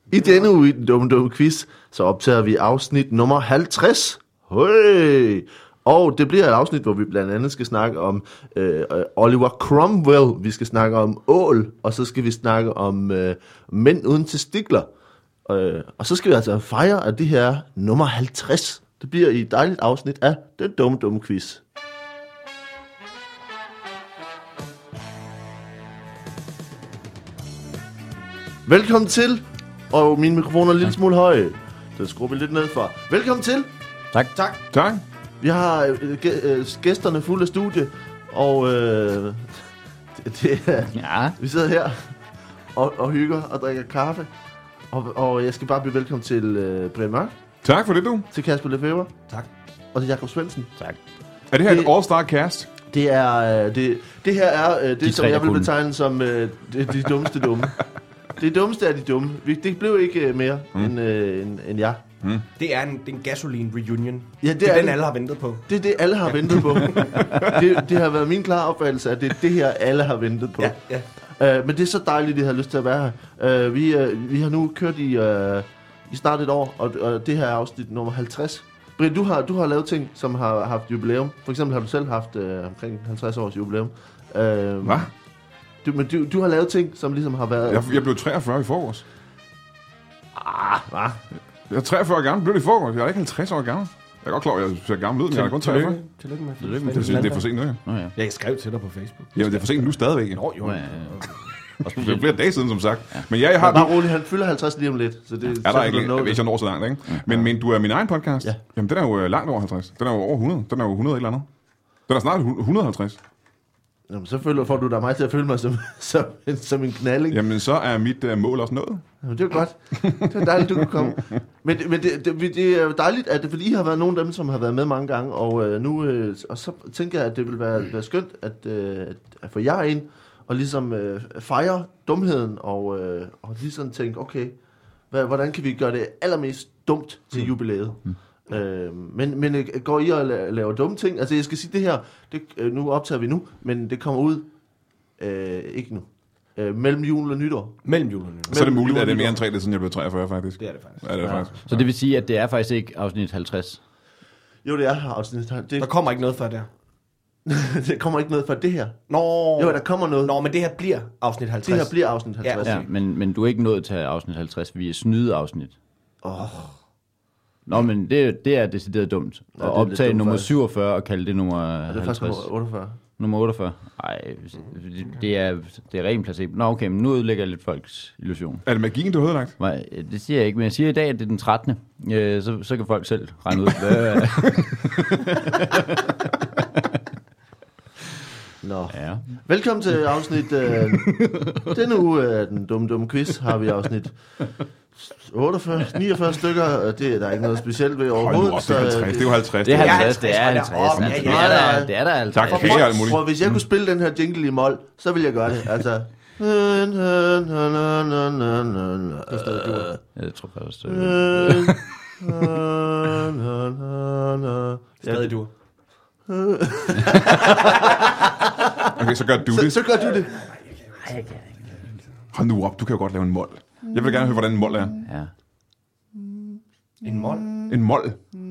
I denne uge i den dumme quiz, så optager vi afsnit nummer 50. Høj! Og det bliver et afsnit, hvor vi blandt andet skal snakke om Oliver Cromwell. Vi skal snakke om ål, og så skal vi snakke om mænd uden testikler. Og så skal vi altså fejre, at det her er nummer 50. Det bliver i et dejligt afsnit af den dumme quiz. Velkommen til, og min mikrofon er en lille smule høj. Det skruer vi lidt ned for. Velkommen til. Tak. Vi har gæsterne fulde af studie, og vi sidder her og hygger og drikker kaffe. Og jeg skal bare byde velkommen til Brian Mørk. Tak for det, du. Til Kasper Lefebvre. Tak. Og til Jakob Svendsen. Tak. Er det her et all-star cast? Det her er det, som jeg vil betegne som de dummeste dumme. Det dummeste er de dumme. Det blev ikke mere end jeg. Det er en gasoline reunion. Ja, det er den, alle har ventet på. Det er det, alle har ventet på. det har været min klare opfattelse, at det er det her, alle har ventet på. Ja. Men det er så dejligt, at I har lyst til at være her. Vi har nu kørt i snart et år, og det her er afsnit nummer 50. Brian, du har lavet ting, som har haft jubilæum. For eksempel har du selv haft omkring 50 års jubilæum. Hvad? Men du har lavet ting, som ligesom har været... Jeg blev 43 i forgårs. Hvad? Jeg er 43 år gammel. Blev det i forgårs? Jeg er ikke 50 år gammel. Jeg er godt klar, at jeg ser gammel ud, men jeg er kun 43. Tillykke med Det er for sent nu, ja. Ja, jeg skrev til dig på Facebook. Ja, det er for sent nu stadigvæk. Jo. Det er flere dage siden, som sagt. Ja. Men jeg har... Bare roligt, han fylder 50 lige om lidt. Så det er der ikke, hvis jeg når så langt, ikke? Men du er min egen podcast. Ja. Jamen, den er jo langt over 50. Den er jo over 100. Den er jo 100 et eller andet. Den er snart 150. Jamen, så får du da mig til at føle mig som en knalding. Jamen, så er mit mål også nået. Jamen, det er godt. Det er dejligt, du kunne komme. Men det er jo dejligt, at fordi I har været nogle af dem, som har været med mange gange, og nu og så tænker jeg, at det vil være skønt at få jer ind, og ligesom fejre dumheden, og ligesom tænke, okay, hvordan kan vi gøre det allermest dumt til jubilæet? Men går I og laver dumme ting? Altså jeg skal sige det her, nu optager vi nu, men det kommer ud ikke nu. Mellem jul og nytår. Mellem jul og nytår. Så er det muligt, at det er mere end 3 dage siden jeg blev 43 faktisk. Det er det faktisk. Ja, det er faktisk. Så det vil sige, at det er faktisk ikke afsnit 50? Jo, det er afsnit. Der kommer ikke noget før der. Det kommer ikke noget før det her. Nå. Jo, der kommer noget. Nå, men det her bliver afsnit 50. Det her bliver afsnit 50. Ja, men du er ikke nået til afsnit 50, vi er snyde afsnit. Nå, men det er decideret dumt. Ja, at optage nummer 47 og kalde det nummer 50. Det er faktisk nummer 48. Nummer 48? Nej, det er ren placebo. Nå, okay, men nu ødelægger jeg lidt folks illusion. Er det magien, du har ødelagt? Nej, det siger jeg ikke, men jeg siger i dag, at det er den 13. Så kan folk selv regne ud. Nå. Ja. Velkommen til afsnit... denne uge af den dumme quiz har vi afsnit 49 stykker, og det er der ikke noget specielt ved overhovedet. Hold nu op, det er 50. Det er jo 50. Det er 50, det er 50. Det er der 50. Tak, kære alt muligt. Hvis jeg kunne spille den her jingle i mol, så ville jeg gøre det. Altså... Jeg tror faktisk, Stadig du. Okay, så gør du det. Så gør du det. Hold nu op, du kan jo godt lave en mol. Jeg vil gerne høre, hvordan en mol er. Ja. En mol? En mol.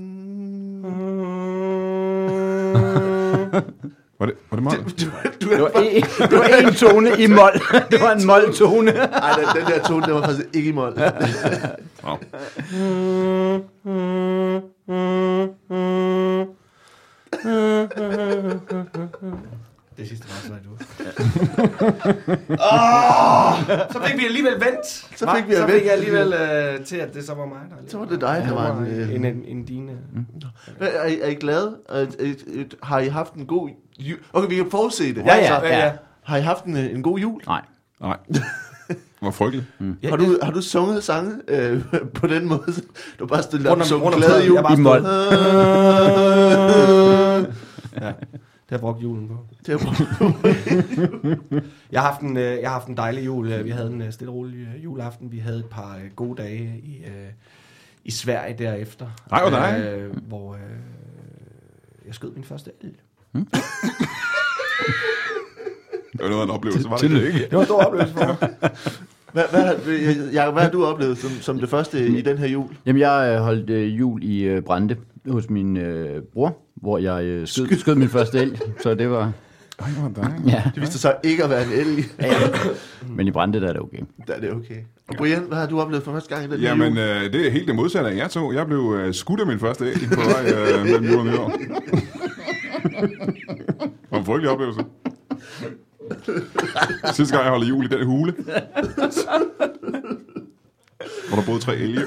Var det mol? Det var en tone i mol. Det var en mol-tone. Nej, den der tone, den var faktisk ikke i mol. Det sidste var så så fik vi alligevel vendt. Så fik jeg alligevel til, at det så var mig. Så var det dig, der var en dine. Er I glade? Har I haft en god jul? Okay, vi kan forudse det. Ja. Har I haft en god jul? Nej. Hvor frygteligt. Har du sunget sange på den måde? Du bare stillet op og sunget glade jul? I mol. Ja. Det har brugt julen på. Jeg har haft en dejlig jul. Vi havde en stille og rolig juleaften. Vi havde et par gode dage i Sverige derefter. Nej, hvor dig. Hvor jeg skød min første elg. Det var noget af en oplevelse, var det ikke? Det var en stor oplevelse for mig. Hvad har du oplevet som det første i den her jul? Jamen, jeg holdt jul i Brande hos min bror, hvor jeg skød min første elg, så det var... Ej, hvor dejligt. Ja. Det viste sig ikke at være en elg. Ja. Men i Brande, der er det okay. Der er det okay. Og Brian, hvad har du oplevet for første gang i den her Jamen, jul? det er helt det modsatte af jer to. Jeg blev skudt af min første æg på vej mellem jul og nyår. Det var en frygtelig oplevelse. Sidste gang jeg holdt jul i den hule. Hvor der boede 3 elge.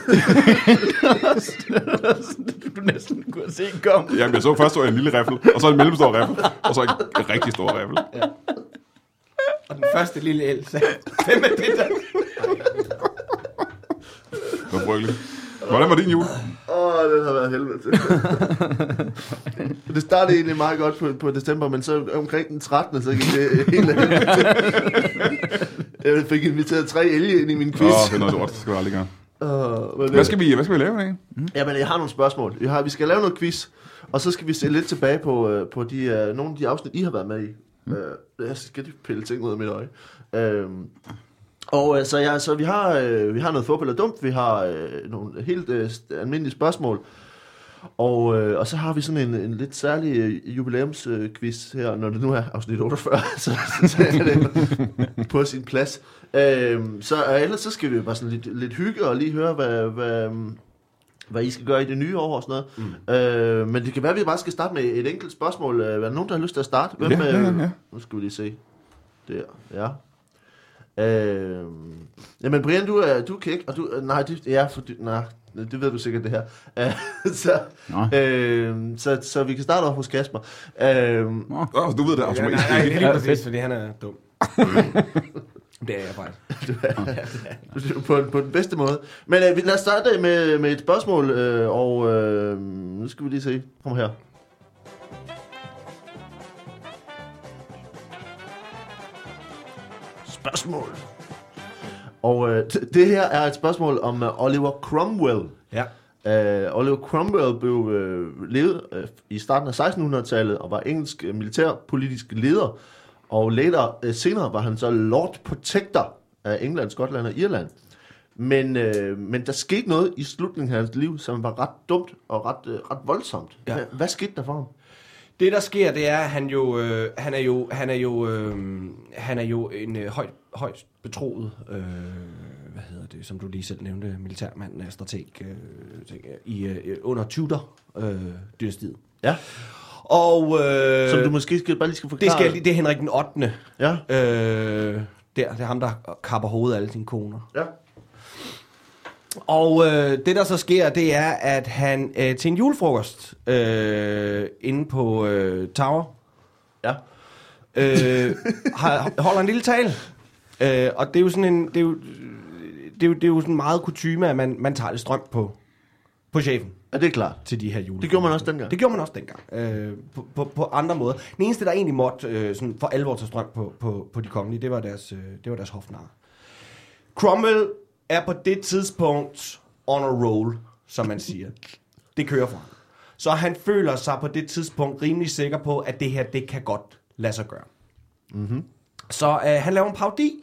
Du næsten kunne se kom. Jamen, jeg så først en lille riffel, og så en mellemstor riffel, og så en rigtig stor riffel. Ja. Og den første lille el sagde, hvem er det der? Det var frygteligt. Hvordan var din jul? Den har været helvede til. Det startede egentlig meget godt på december, men så omkring den 13. så gik det helt af helvede til. Jeg fik inviteret 3 elge ind i min quiz. Det er noget lort, det skal vi aldrig gøre. Hvad skal vi lave i dag? Jamen, jeg har nogle spørgsmål. Vi skal lave noget quiz, og så skal vi se lidt tilbage på nogle af de afsnit, I har været med i. Jeg skal lige pille ting ud af mit øje. Så vi har noget fodbold og dumt, vi har nogle helt almindelige spørgsmål, og så har vi sådan en lidt særlig jubilæumsquiz her, når det nu er afsnit 48, så er det på sin plads. Ellers så skal vi bare sådan lidt hygge og lige høre, hvad I skal gøre i det nye år og sådan noget. Men det kan være, at vi bare skal starte med et enkelt spørgsmål. Er der nogen, der har lyst til at starte? Ja. Nu skal vi lige se. Der, ja. Jamen Brian, du er kæk, og du... Nej, det ved du sikkert det her. Så vi kan starte op hos Kasper. Du ved det automatisk. Nej, det er lige præcis, fordi han er dum. Det er jeg faktisk. På den bedste måde. Men lad os starte med et spørgsmål, nu skal vi lige se. Kom her. Spørgsmål. Og det her er et spørgsmål om Oliver Cromwell. Ja. Oliver Cromwell blev levet i starten af 1600-tallet og var engelsk militærpolitisk leder. Og senere var han så Lord Protector af England, Skotland og Irland. Men der skete noget i slutningen af hans liv, som var ret dumt og ret voldsomt. Ja. Hvad skete der for ham? Det der sker, det er, at han er jo en højt betroet, som du lige selv nævnte, militærmand, strateg under Tudor-dynastiet. Ja. Og som du måske bare lige skal forklare. Det er Henrik den 8. Ja. Det er ham, der kapper hovedet af alle sine koner. Ja. Og det der så sker, det er, at han til en julefrokost inde på Tower, ja, holder en lille tale. Og det er jo sådan det er jo sådan meget kutyme, at man tager lidt strøm på chefen. Ja, det er klart. Til de her julefrokoster. Det gjorde man også dengang. Det gjorde man også dengang. På andre måder. Den eneste, der egentlig måtte sådan for alvor tage strøm på de kongelige, det var deres hofnar. Cromwell er på det tidspunkt on a roll, som man siger. Det kører for ham. Så han føler sig på det tidspunkt rimelig sikker på, at det her, det kan godt lade sig gøre. Mm-hmm. Så han laver en parodi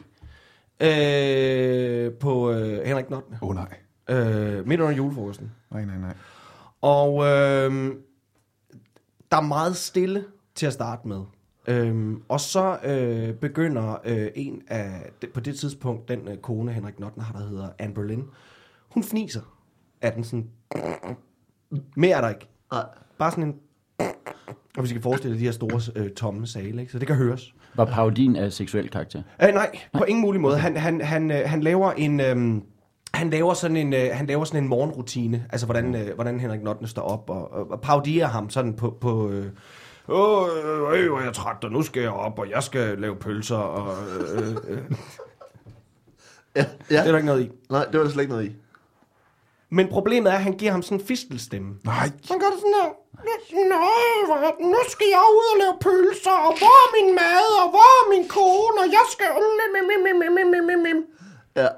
på Henrik den 8. Nej. Midt under julefrokosten. Nej. Og der er meget stille til at starte med. Og så begynder en af, på det tidspunkt, den kone Henrik den 8. har, der hedder Anne Boleyn. Hun fniser af den sådan. Mere er der ikke. Bare sådan en. Og vi skal forestille de her store tomme sale, ikke? Så det kan høres. Var parodien af seksuel karakter? Nej, på ingen mulig måde. Han laver en. Han laver sådan en morgenrutine, altså hvordan Henrik den 8. står op og parodierer ham sådan på jeg er træt, og nu skal jeg op, og jeg skal lave pølser, og ja. Det er der ikke noget i. Nej, det var der slet ikke noget i. Men problemet er, at han giver ham sådan en fistelstemme. Nej. Han gør det sådan her. Nu skal jeg ud og lave pølser, og hvor er min mad, og hvor er min kone, og jeg skal... Ja.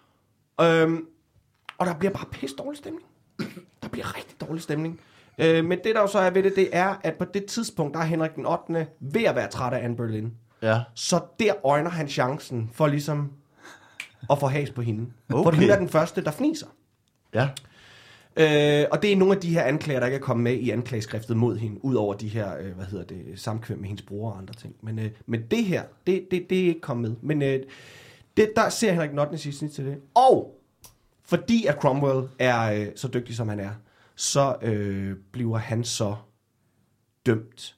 Og der bliver bare pisse dårlig stemning. Der bliver rigtig dårlig stemning. Men det der jo så er ved det er, at på det tidspunkt, der er Henrik den 8. ved at være træt af Anne Boleyn. Ja. Så der øjner han chancen for ligesom og får has på hende. Okay. For hun er den første, der fniser. Ja. Og det er nogle af de her anklager, der ikke er kommet med i anklageskriftet mod hende, ud over de her, samkvem med hendes bror og andre ting. Men det her, det er ikke kommet med. Men der ser Henrik Notnes i snit til det. Og fordi at Cromwell er så dygtig, som han er, så bliver han så dømt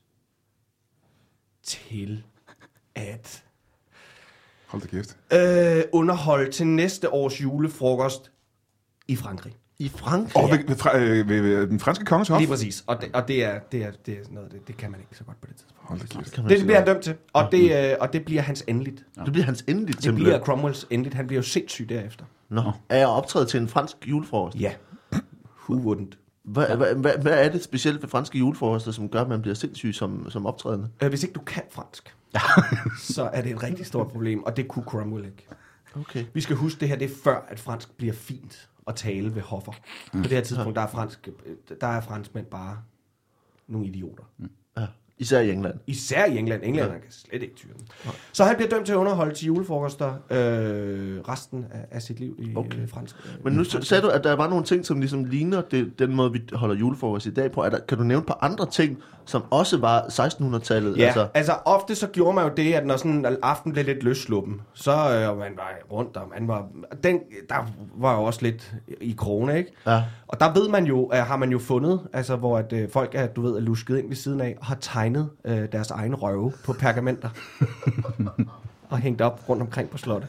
til at Hold da kæft. underholde til næste års julefrokost i Frankrig. I Frankrig? Ved den franske konges hof? Lige præcis. Og det er noget, det kan man ikke så godt på det tidspunkt. Hold da kæft. Det bliver han dømt til, og det bliver hans endeligt. Det bliver hans endeligt Det simpelthen. bliver Cromwells endeligt. Han bliver jo sindssyg derefter. Nå, er jeg optrædet til en fransk julefrokost? Ja. Who wouldn't? Hvad er det specielt ved franske julefrokoster, som gør, at man bliver sindssyg som optrædende? Hvis ikke du kan fransk, så er det et rigtig stort problem, og det kunne Cromwell ikke. Okay. Vi skal huske, det her det er før, at fransk bliver fint at tale ved hoffer. På det her tidspunkt, der er franskmænd bare nogle idioter. Ja. Især i England. Især i England. Englænderne kan slet ikke tyre den. Så han bliver dømt til at underholde til julefrokoster resten af sit liv i fransk. Men nu sagde du, at der var nogle ting, som ligesom ligner den måde, vi holder julefrokost i dag på. Kan du nævne et par andre ting, som også var 1600-tallet? Ja, altså ofte så gjorde man jo det, at når sådan en aften blev lidt løssluppen, så man var rundt, og der var jo også lidt i krone, ikke? Ja. Og der ved man jo, har man jo fundet, altså hvor at folk er lusket ind ved siden af, og har tegnet deres egne røve på pergamenter. Og hængt op rundt omkring på slottet.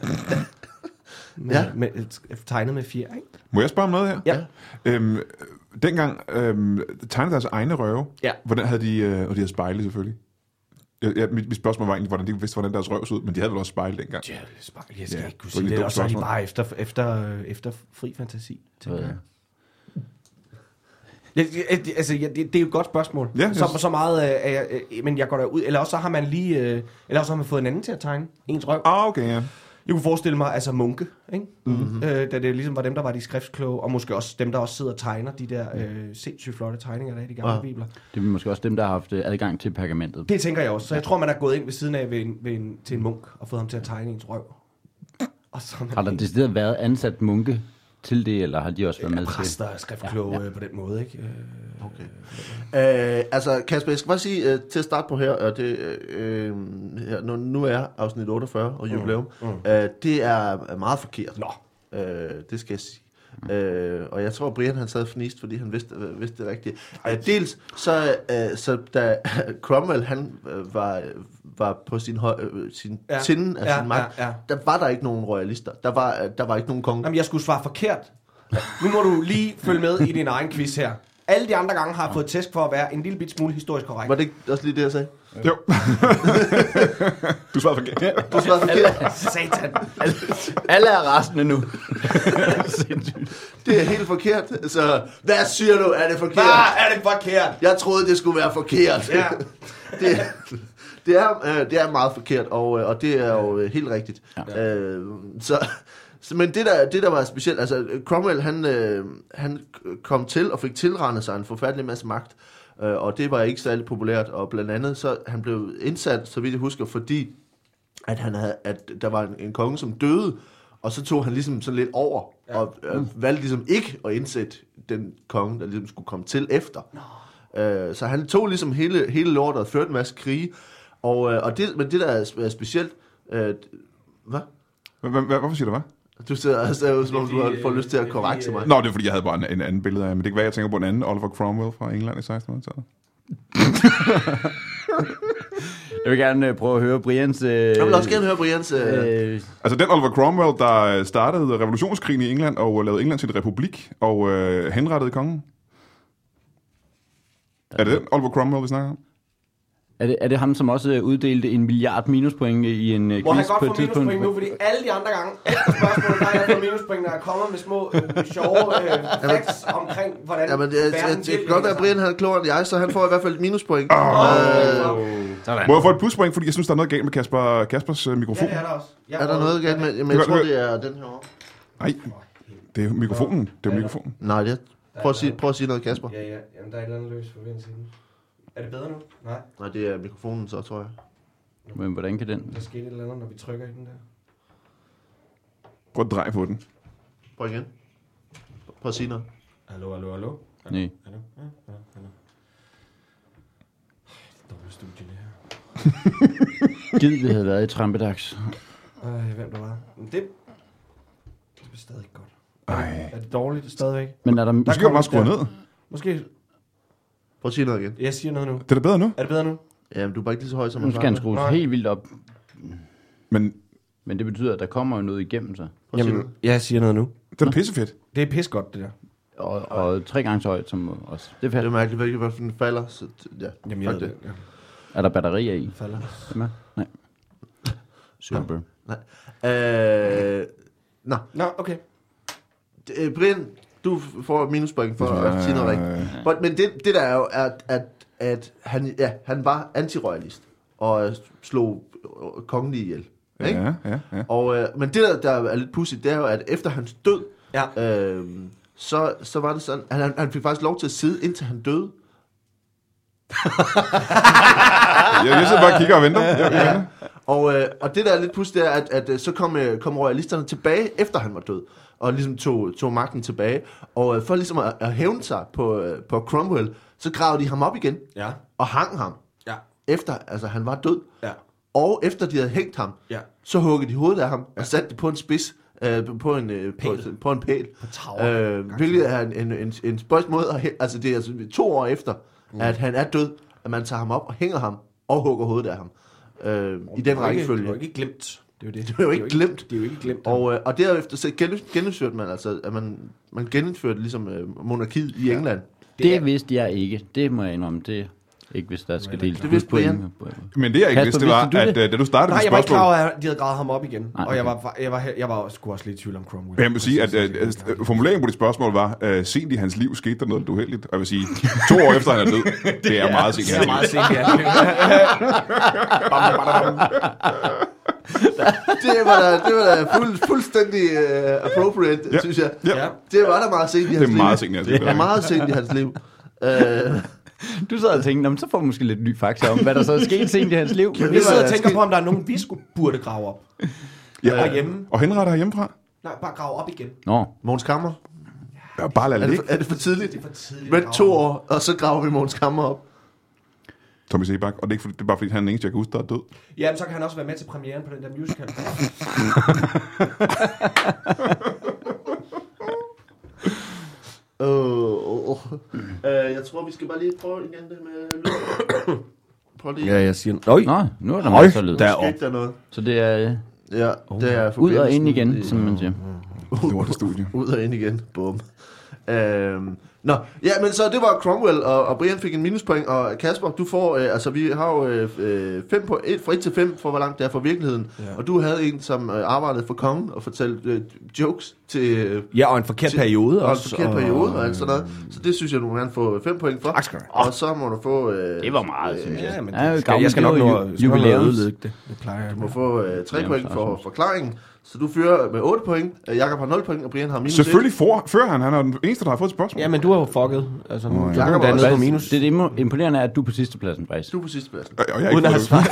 Tegnet med fjer, ikke? Må jeg spørge om noget her? Ja. Dengang tegnede deres egne røve. Ja. Hvordan havde de havde spejle selvfølgelig? Mit spørgsmål var egentlig, hvordan de vidste, hvordan deres røv så ud, men de havde vel også spejle dengang. Ja, spejle. Jeg skal ikke kunne det sige var det. et Og så er de dumt bare efter fri fantasi, tænker jeg. Det er jo et godt spørgsmål. Ja, så meget, men jeg går derud. Eller også så har man eller også har man fået en anden til at tegne ens røv. Okay, ja. Jeg kunne forestille mig, altså munke, ikke? Mm-hmm. Da det ligesom var dem, der var de skriftkloge, og måske også dem, der også sidder og tegner de der sindssygt flotte tegninger, der er i de gamle bibler. Det er måske også dem, der har haft adgang til pergamentet. Det tænker jeg også. Så jeg tror, man er gået ind ved siden af til en munk, og fået ham til at tegne ens røv. Og så har der decideret været ansat munke til det, eller har de også været med til? Præster er skriftkloge på den måde, ikke? Okay. Altså, Kasper, jeg skal bare sige til at starte på her, og det, nu er afsnit 48 og jubilæum, det er meget forkert. Nå. Det skal jeg sige. Og jeg tror, Brian han sad fnist, fordi han vidste det rigtigt. Dels så da Cromwell han var på sin tinde af sin magt, der var der ikke nogen royalister. Der var ikke nogen konge. Jamen, jeg skulle svare forkert. Nu må du lige følge med i din egen quiz her. Alle de andre gange har jeg fået tæsk for at være en lille bit smule historisk korrekt. Var det ikke også lige det, jeg sagde? Jo. Du svarede forkert. Du svarede forkert. Satan. Alle er rasende nu. Det er helt forkert. Så hvad siger du? Er det forkert? Hvad er det forkert? Jeg troede, det skulle være forkert. Ja. Det er meget forkert, og det er jo helt rigtigt. Ja. Men det der var specielt, altså Cromwell han kom til og fik tilrandet sig en forfærdelig masse magt, og det var ikke særlig populært, og blandt andet så han blev indsat, så vidt jeg husker, fordi at der var en konge, som døde, og så tog han ligesom sådan lidt over, og valgte ligesom ikke at indsætte den konge, der ligesom skulle komme til efter. Så han tog ligesom hele lortet og førte en masse krige, men det der er specielt, hvad? Hvorfor siger du hvad? Du ser ud, som om du får lyst til at korrekte mig. Nå, det er fordi, jeg havde bare en anden billede af, men det kan være, jeg tænker på en anden Oliver Cromwell fra England i 1600-tallet. Jeg vil gerne prøve at høre Brians... Jeg vil også gerne høre Brians... Altså den Oliver Cromwell, der startede revolutionskrigen i England og lavede England til en republik og henrettede kongen. Er det den Oliver Cromwell, vi snakker om? Er det ham, som også uddelte 1 milliard minuspoint i en quiz på et tidspunkt? Må han godt få minuspoint nu, fordi alle de andre gange, efter spørgsmålet, der har jeg fået minuspoint, når jeg kommer med små sjove facts omkring, hvordan verden det kan godt være, at Brian han er klogere end jeg, så han får i hvert fald et minuspoint. Må jeg få et pluspoint, fordi jeg synes, der er noget galt med Kaspers mikrofon? Ja, det er der også. Er der noget galt med? Men jeg tror, det er den her over. Nej, det er mikrofonen. Det er mikrofonen. Nej, det er... Prøv at sige noget, Kasper. Ja. Jamen, der er et eller andet løs for vindsiden. Er det bedre nu? Nej, det er mikrofonen så, tror jeg. Men hvordan kan den? Der skete et eller andet, når vi trykker i den der. Prøv at dreje på den. Prøv igen. Prøv at sige noget. Hallo. Nej. Hallo. Dårligt studie, det her. Gid, det havde været i Trampedags. Hvem der var? Men det er stadig godt. Ej. Er det dårligt stadigvæk? Men er der... Måske kan du bare skrue ned. Måske. Prøv at sige noget igen. Jeg siger noget nu. Det er da bedre nu. Er det bedre nu? Jamen, du er bare ikke lige så høj, som Nu skal han skrues Nej. helt vildt op. Men Men det betyder, at der kommer jo noget igennem sig. Prøv at sige Jamen, noget. jeg siger noget nu. det er da pissefedt. Det er pis godt, det der. Og 3 gange så højt som os. Det er Det fedt. er mærkeligt, hvilket hvad den falder. Så, ja, Jamen, jeg fuck ved det. det. Ja. Er der batterier i? Falder. Med? Nej. Super. Nå, Nå, okay. Brian, du får minuspoint for at sige noget rigtigt. Men det der er jo, at han var antiroyalist og slog kongen ihjel. Ikke? Ja. Og, men det der er lidt pudsigt, det er jo, at efter hans død, Ja. så var det sådan, at han fik faktisk lov til at sidde, indtil han døde. Jeg sidder bare og kigger og venter. Jeg venter. Og det der er lidt pudsigt, det er, at så kom royalisterne tilbage, efter han var død, og ligesom tog magten tilbage. Og for ligesom at hævne sig på Cromwell, så gravede de ham op igen, Ja. og hang ham, Ja. efter altså han var død. Ja. Og efter de havde hængt ham, Ja. så huggede de hovedet af ham, og satte det på en spids, på en pæl. På tower. Hvilket er en spøjs måde, altså det er altså 2 år efter, at han er død, at man tager ham op og hænger ham, og hugger hovedet af ham. I den rækkefølge. Det er jo ikke glemt. Det er jo det. Det er jo ikke glemt. Det er jo ikke glemt. Og derefter så genindførte man altså, at man genindførte ligesom monarkiet i England. Det vidste jeg ikke. Det må jeg indrømme. Det ikke, hvis der skal deles Det vidste point. Men det jeg ikke Kasper, vidste, det var, vidste du at det? da du startede Nej, med jeg var ikke klar spørgsmål... over, at de havde gravet ham op igen. Nej, Og jeg var sgu også lidt i tvivl om Cromwell. Men jeg må sige, at formuleringen på dit spørgsmål var, sent i hans liv skete der noget lidt uheldigt. Og jeg vil sige, 2 år efter han er død, det er meget sent i Det hans er liv. meget sent, ja. Det var da fuldstændig appropriate, synes jeg. Ja. Det var da meget sent i hans Det liv. er meget sent i hans liv. Det er meget sent i hans liv. Du sad og tænkte, så får vi måske lidt ny fakta om, hvad der så er sket sent i hans liv. Men Vi sidder og tænker på, om der er nogen, vi burde grave op. Herhjemme. Og henretter herhjemmefra? Nej, bare grave op igen. Nå, Mogens Kammer. Ja, bare lad det ligge. Er det for tidligt? Det er for tidligt. Vent 2 år, og så graver vi Mogens Kammer op. Tommy Sebak. Og det er, ikke, det er bare fordi, han er den eneste, jeg kan huske, der er død. Ja, men så kan han også være med til premieren på den der musical. Jeg tror, vi skal bare lige prøve igen det med lyd. Prøv lige. Ja, jeg siger... Nøj. nå, nu er der meget så lyd. Skete der noget? Så det er Ja, det er ud og ind igen, forbindelsen som man siger. Lortestudie. Ud og ind igen. Bum. Nå, ja, men så det var Cromwell, og Brian fik en minuspoint, og Kasper, du får, altså vi har jo 5 på 1, fra 1 til 5, for hvor langt det er fra virkeligheden, og du havde en, som arbejdede for kongen, og fortalte jokes til... Ja, og en forkert periode og en også. forkert periode, og alt sådan noget, så det synes jeg, du kan få 5 point for. Tak skal du have. Og så må du få... Det var meget, synes jeg. Ja, men Ja, jeg skal nok det nå var at jubilæums. ødelægge det. Det plejer jeg. Du må få 3 Ja, point så er for det. forklaringen, så du fører med 8 point, Jakob har 0 point, og Brian har minus 1. Selvfølgelig fører han. Han er den eneste, der har fået et spørgsmål. Ja, men du er jo fucket. Altså, nu ja. er der på minus. Det er imponerende, at du er på sidste pladsen, faktisk. Du er på sidste pladsen. Og jeg er Uden at ikke have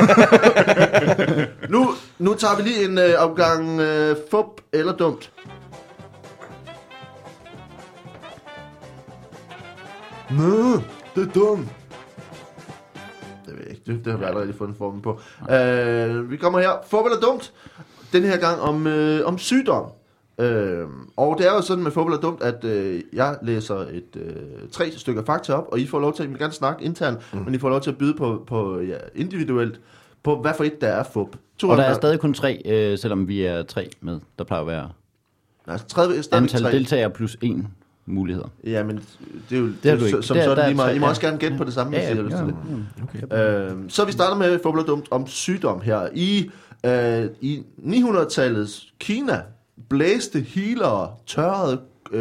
fået svaret. Nu tager vi lige en omgang fup eller dumt. Nå, det er dumt. Det ved jeg ikke. Det har vi allerede fundet formen på. Vi kommer her. Fup eller dumt. Den her gang om sygdom. Og det er jo sådan med fup eller dumt, at jeg læser 3 stykker fakta op, og I får lov til, at I vil gerne snakke internt, men I får lov til at byde på individuelt, på hvad for et der er fup. Og der er stadig kun 3, selvom vi er 3 med. Der plejer at være Altså 30 er stadig antal 3. deltagere plus 1 muligheder. Ja, men det er jo Det har du ikke. som så er det lige meget. I må ja. også gerne gætte på det samme, hvis I har lyst til det. Okay. Så vi starter med fup eller dumt om sygdom her. I 900-tallets Kina blæste healere tørrede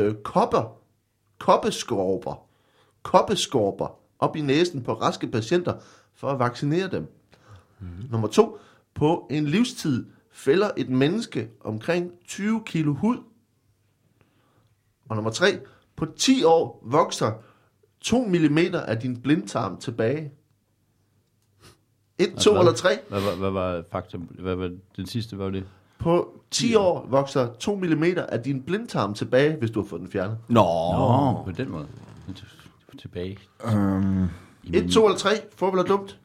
koppeskorper op i næsen på raske patienter for at vaccinere dem. Nummer 2. På en livstid fælder et menneske omkring 20 kilo hud. Og nummer 3. På 10 år vokser 2 mm af din blindtarm tilbage. 1, 2 eller 3. Hvad var fakta? Hvad var den sidste? Hvad var det? På 10 år vokser 2 mm af din blindtarm tilbage, hvis du har fået den fjernet. Nå. På den måde. Tilbage. 1, 2 eller 3. Fodbold er dumt.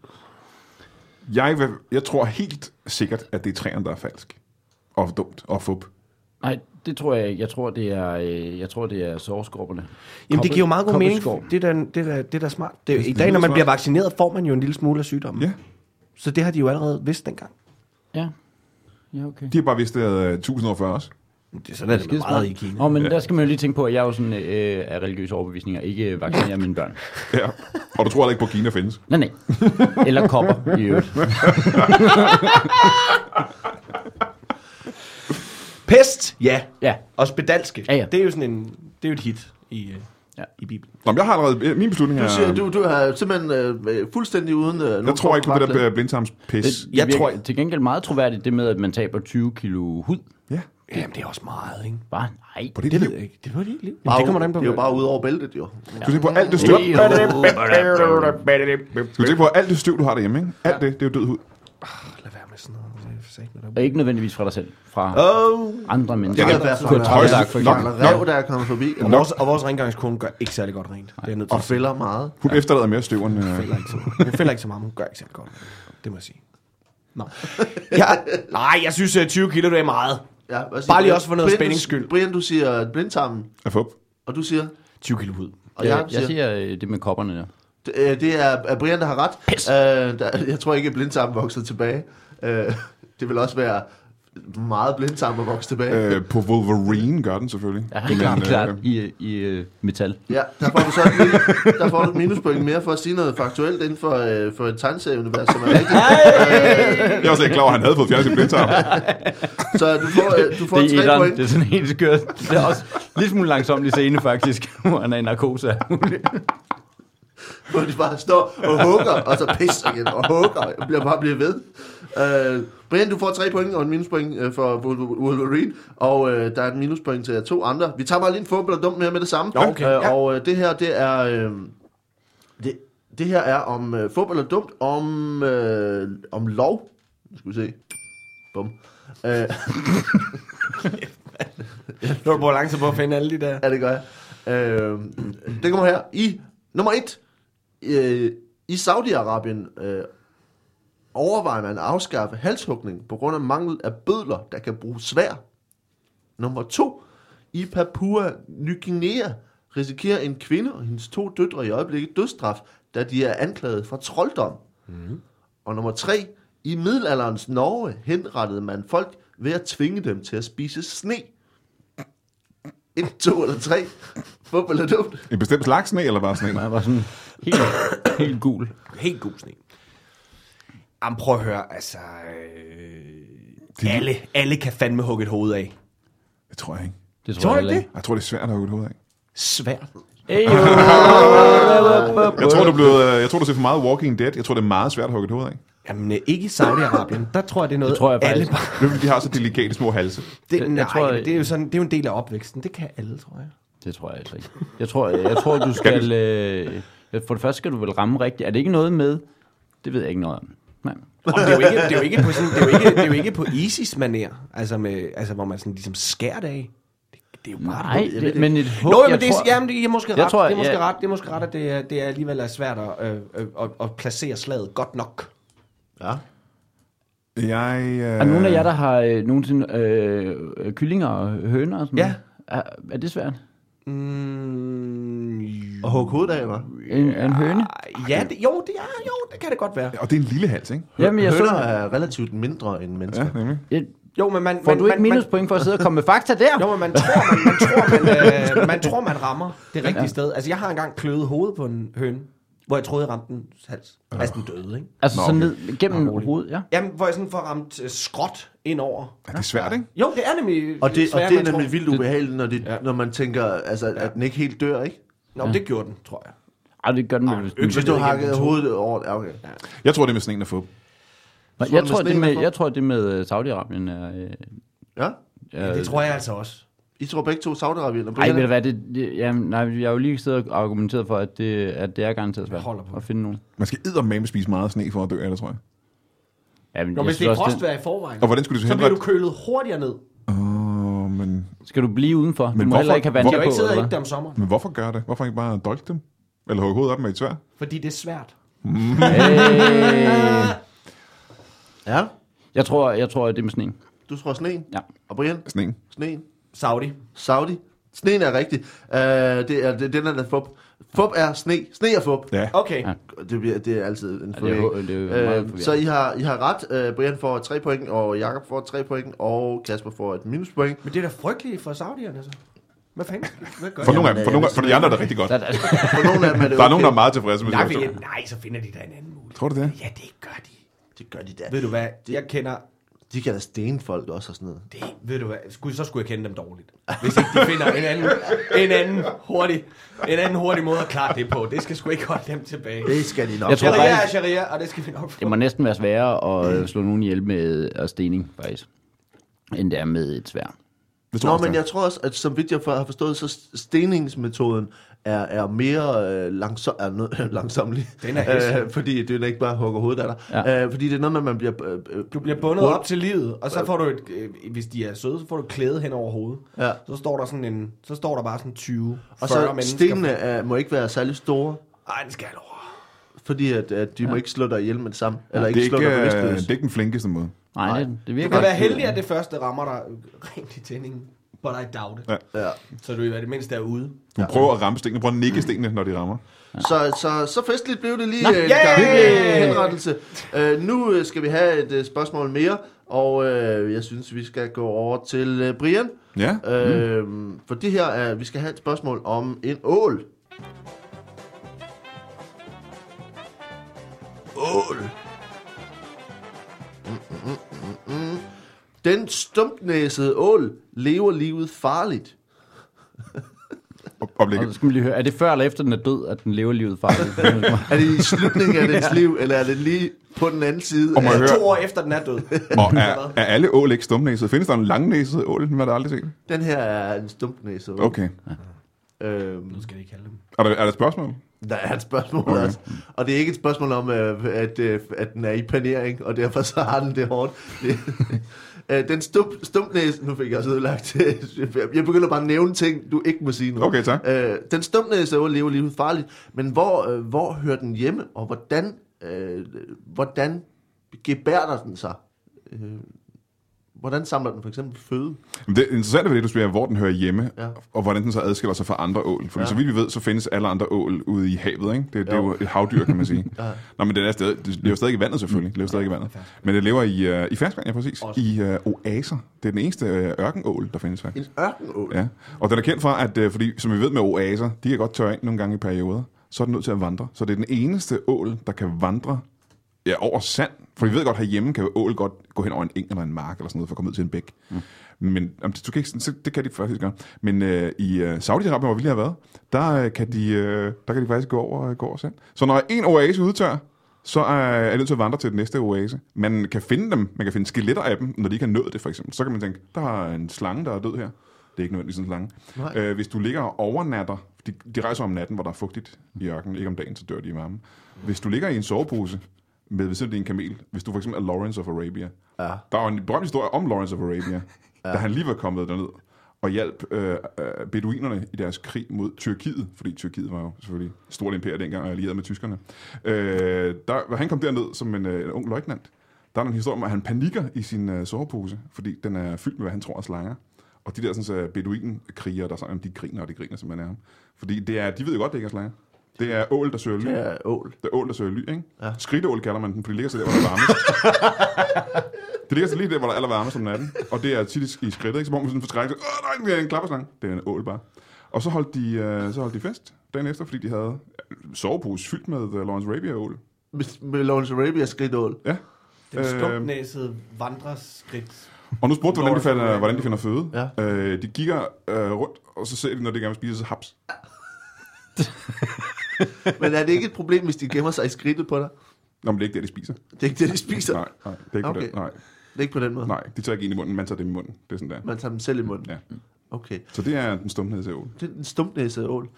Jeg tror helt sikkert, at det er træerne, der er falsk. Og dumt. Og fup. Nej, det tror jeg ikke. Jeg tror, det er sårskrupperne. Jamen, det giver jo meget god mening. Kobbelskår. Det er da smart. I dag, når man bliver vaccineret, får man jo en lille smule af sygdommen. Ja. Så det har de jo allerede vidst dengang. Ja, okay. De har bare vidst det 1000 år før også. Det er sådan, at det er meget i Kina. Men der skal man jo lige tænke på, at jeg er jo sådan af religiøse overbevisninger, ikke vaccinerer mine børn. Ja. Og du tror heller ikke på, at Kina findes? Nej. Eller kopper i øvrigt. Pest, ja. Ja. Og spedalske. Ja. Det er jo sådan det er jo et hit i Bibelen. Nå, jeg har allerede... Min beslutning er... Du har simpelthen fuldstændig uden... jeg tror ikke på det der blindtarmspis. Jeg tror til gengæld meget troværdigt, det med, at man taber 20 kilo hud. Ja. Jamen, det er også meget, ikke? Bare nej. På det Det liv. ved jeg ikke. Det var det liv. Bare, Det kommer an på. det er jo bare ud over bæltet, jo. Skal du se på alt det støv? Skal du se på alt det støv, du har derhjemme, ikke? Alt det er jo død hud. Lad være med sådan noget. Og ikke nødvendigvis fra dig selv. Fra andre mennesker. Det kan være fra rev, der er kommet forbi. Og vores rengøringskone gør ikke særlig godt rent. Det er nødt til Og fælder meget. Hun efterlader mere støv end... Hun fælder ikke så meget, hun gør ikke særlig godt. Det må jeg sige. Nå. Nej, jeg synes 20 kilo, det er meget. Ja, bare lige også for noget spændings skyld. Brian, du siger blindtarmen. Er fup. Og du siger? 20 kilo hud. Og jeg siger det med kopperne der. Det er Brian, der har ret. Jeg tror ikke, at blindtarmen vokser tilbage. Det vil også være meget blindtarm at vokse tilbage. På Wolverine gør den selvfølgelig. Ja, det er klart i metal. Ja, der får du et minuspoint mere for at sige noget faktuelt inden for et tegneserieunivers, som er rigtigt. Jeg er også ikke klar over, at han havde fået fjernet sin blindtarm. Så du får 3 point. Det er sådan helt skørt. Det er også lidt smule langsomt i scene faktisk, hvor han er i narkose. Hvor de bare står og hugger, og så pisser igen og hugger, og bliver ved. Brian, du får 3 point og en minuspoint for Wolverine, og der er et minuspoint til 2 andre. Vi tager bare lige en fodbold og dumt mere med det samme. Okay, og det her, det er... Det her er om fodbold og dumt, om lov. Nu skal vi se. Bum. Nu bruger lang tid på at finde alle de der. Ja, det gør jeg. Det kommer her. Nummer 1. I Saudi-Arabien overvejer man at afskaffe halshugning på grund af mangel af bødler, der kan bruge sværd. Nummer 2. I Papua Ny Guinea risikerer en kvinde og hendes 2 døtre i øjeblikket dødsstraf, da de er anklaget for trolddom. Og nummer 3. I middelalderens Norge henrettede man folk ved at tvinge dem til at spise sne. 1, 2 eller 3. Fodbold er dumt. En bestemt slags sne, eller bare sne? Nej, var sådan helt gul. Helt god sne. Jamen, prøv at høre, altså... alle kan fandme hugge et hoved af. Det tror jeg ikke. Det tror jeg ikke. Jeg tror, det er svært at hugge et hoved af. Svært. Jeg tror, du ser for meget Walking Dead. Jeg tror, det er meget svært at hugge et hoved af. Jamen, ikke i Saudi-Arabien. Der tror jeg, det er noget, det tror jeg alle faktisk. bare... De har så delikate små halse. Det er jo sådan, det er jo en del af opvæksten. Det kan alle, tror jeg. Det tror jeg altså ikke. Jeg tror du skal... for det første skal du vel ramme rigtigt. Er det ikke noget med... Det ved jeg ikke noget om. Nej. Det er jo ikke på sådan, det er jo ikke på ISIS-manér, altså hvor man sådan ligesom skærer det af. Det er jo bare... Nej, men et hug... men det er måske ret. Det er måske ret, at det er alligevel er svært at placere slaget godt nok. Ja. Er nogen af jer, der har nogensinde kyllinger og høner og sådan noget? Er det svært? Og hugge hovedet af, hva'? En høne? Ja, det kan det godt være. Og det er en lille hals, ikke? Jamen, Høner er relativt mindre end mennesker. Ja, nemlig. Jo, men får du ikke minuspoint for at sidde og komme med fakta der? Jo, men man tror, man rammer det rigtige sted. Altså, jeg har engang kløet hovedet på en høne, hvor jeg troede, jeg ramte den hals. Altså, den døde, ikke? Altså, sådan ned gennem hovedet, ja? Jamen, hvor jeg sådan får ramt skråt ind over. Ja, det er svært, ikke? Jo, det er nemlig Og det svært, er nemlig vildt ubehageligt, når man tænker, altså, at den ikke helt dør, ikke? Nå, det gjorde den, tror jeg. Ej, det gør den vel. Hvis du hakkede hovedet over... Ja, okay. Jeg tror, det er med sneen at få. Jeg tror, det med Saudi-Arabien er... Ja? Det tror jeg altså også. I tror begge to Saudi-Arabien? Nej, ved du hvad, jeg har jo lige siddet og argumenteret for, at det er garanteret svært at finde nogen. Man skal eddermame spise meget sne for at dø, eller tror jeg. Ja, men Nå, jeg hvis det synes er også, frostvejr i forvejen, Og hvordan skulle du så bliver du kølet hurtigere ned. Men Skal du blive udenfor? Du Men må heller ikke have vand Du kan jo på, ikke sidde og eller ikke hvad? det om sommeren, hvorfor gør det? Hvorfor ikke bare dolke dem? Eller hugge hovedet op med et sværd? fordi det er svært. Ja, Jeg tror, at det er med sneen. du tror sneen. Ja. Og Brian? Sneen. Sneen. Saudi. Saudi. Sneen er rigtig. Den er fup. Fup er sne. Sne er fup. Ja. Okay. Ja. Det er altid en Ja, det er forvirring. jo meget Så forvirrende. I har ret. Brian får 3 point, og Jakob får 3 point, og Kasper får et minuspoint. Men det er da frygteligt for saudierne, så. Hvad fanden? Hvad gør For de? nogle af dem, for de andre er det rigtig godt. For nogle af dem er det Der er nogen, der er meget tilfredse med Nej, det. nej, så finder de da en anden mulighed. Tror du det? Ja, det gør de. Det gør de da. Ved du hvad? Jeg kender... De kan da stene folk også og sådan noget. Det, ved du hvad? Så skulle jeg kende dem dårligt. Hvis ikke de finder en anden hurtig måde at klare det på. Det skal sgu ikke holde dem tilbage. Det skal de nok. Jeg tror Sharia er faktisk- sharia, og det skal vi nok få. Det må næsten være sværere at slå nogen ihjel med stening, faktisk, end det er med et sværd. Det tror Nå, jeg også, men det er. jeg tror også, at som vidt jeg har forstået, så steningsmetoden er mere langsomlig. Den er hæslig. Fordi det er ikke bare hugger hovedet af dig. Ja. Fordi det er noget med, at man bliver... Du bliver bundet op til livet, og så får du et, hvis de er søde, så får du et klæde hen over hovedet. Ja. Så står der bare sådan 20, Og 40 så mennesker. stenene må ikke være særlig store, Ej, det skal jeg love. fordi at de må ikke slå dig ihjel med det samme. Eller Det ikke er slå dig ikke, bevidstløs. det er ikke den flinkeste måde. Nej, det Du virker kan være ikke. heldig, at det første rammer dig rent i tændingen. But I doubt it. Ja. Ja. Så du er det mindste er ude. Du prøver at ramme stenene, prøver at nikke stenene, når de rammer. Så festligt blev det lige Nå, en yay! henrettelse. Nu skal vi have et spørgsmål mere, og jeg synes, vi skal gå over til Brian. Ja. For det her er, vi skal have et spørgsmål om en ål. Ål. Den stumpnæsede ål lever livet farligt. Oplægget. Og så skal vi lige høre, er det før eller efter den er død, at den lever livet faktisk? Er det i slutningen af dens liv, eller er det lige på den anden side? Og må jeg høre, 2 år efter den er død. og er alle ål ikke stumnæsede? Findes der en langnæset ål? Den har jeg aldrig set. Den her er en stumpnæsede ål. Okay. Nu skal det ikke kalde dem. Er der et spørgsmål? Der er et spørgsmål også. Og det er ikke et spørgsmål om, at den er i panering, og derfor så har den det hårdt. Den stumpnæse... Nu fik jeg også ødelagt. Jeg begynder bare at nævne ting, du ikke må sige nu. Okay, tak. Den stumpnæse ål lever livet farligt, men hvor hører den hjemme, og hvordan gebærder den sig? Hvordan samler den for eksempel føde? Men det interessante ved det, du spørger, hvor den hører hjemme, Ja. og hvordan den så adskiller sig fra andre ål. Fordi Ja. så vidt vi ved, så findes alle andre ål ude i havet, ikke? Det er jo et havdyr, kan man sige. Ja. Nå, men det lever stadig i vandet, selvfølgelig. Det lever stadig i vandet. Men det lever i ferskvand, ja, præcis. Også. I oaser. Det er den eneste ørkenål, der findes faktisk. En ørkenål? Ja. Og den er kendt for, at fordi, som vi ved med oaser, de kan godt tørre ind nogle gange i perioder, så er den nødt til at vandre. Så det er den eneste ål, der kan vandre over sand. For vi ved godt, herhjemme kan ål godt gå hen over en eng eller en mark eller sådan noget, for at komme ud til en bæk. Men det kan de faktisk gøre. Men i Saudi-Arabien, hvor vi lige har været, der kan de faktisk gå over sand. Så når en oase udtør, så er de nødt til at vandre til den næste oase. Man kan finde dem, man kan finde skeletter af dem, når de ikke har nået det, for eksempel. Så kan man tænke, der er en slange, der er død her. Det er ikke nødvendigvis en slange. Hvis du ligger og overnatter, de rejser om natten, hvor der er fugtigt i ørkenen, ikke om dagen, så dør de i varme. Hvis du ligger i en sovepose, hvis det er en kamel, hvis du for eksempel er Lawrence of Arabia. Ja. Der er jo en berømt historie om Lawrence of Arabia, da han lige var kommet derned og hjalp beduinerne i deres krig mod Tyrkiet, fordi Tyrkiet var jo selvfølgelig et stort imperium dengang og allieret med tyskerne. Han kom derned som en ung løjtnant. Der er en historie om, at han panikker i sin sovepose, fordi den er fyldt med, hvad han tror er slanger. Og de der sådan, beduinkrigere, der sådan, de griner simpelthen af ham. Fordi de ved jo godt, det ikke er slanger. Det er ål, der søger ly. Det er ål. Det er ål, der søger ly, ikke? Ja. Skridtål kalder man den, for de ligger så der, hvor det er varmest. Det ligger så lige der, hvor der er allervarmest om natten. Og det er tit i skridtet, ikke? Så må man sådan forskrække sig. Nej, det er en klapperslange. Det er en ål bare. Og så holdt de fest dagen efter, fordi de havde sovepose fyldt med Lawrence Arabia-ål. Med Lawrence Arabia skridtål. Ja. Den stumpnæsede vandreskridt. Og nu spurgte du, hvordan de finder føde. Ja. De kigger rundt, og så ser de, når de gerne vil spise, så haps. Men er det ikke et problem, hvis de gemmer sig i skridtet på dig? Nå, men det er ikke det, de spiser. Det er ikke det, de spiser? Nej, det er ikke på Okay. den. Nej. Det er ikke på den måde? Nej, de tager ikke ind i munden, man tager dem i munden. Det er sådan der. Man tager dem selv i munden? Ja. Okay. Så det er den stumpnæsede ål. Det er den stumpnæsede ål.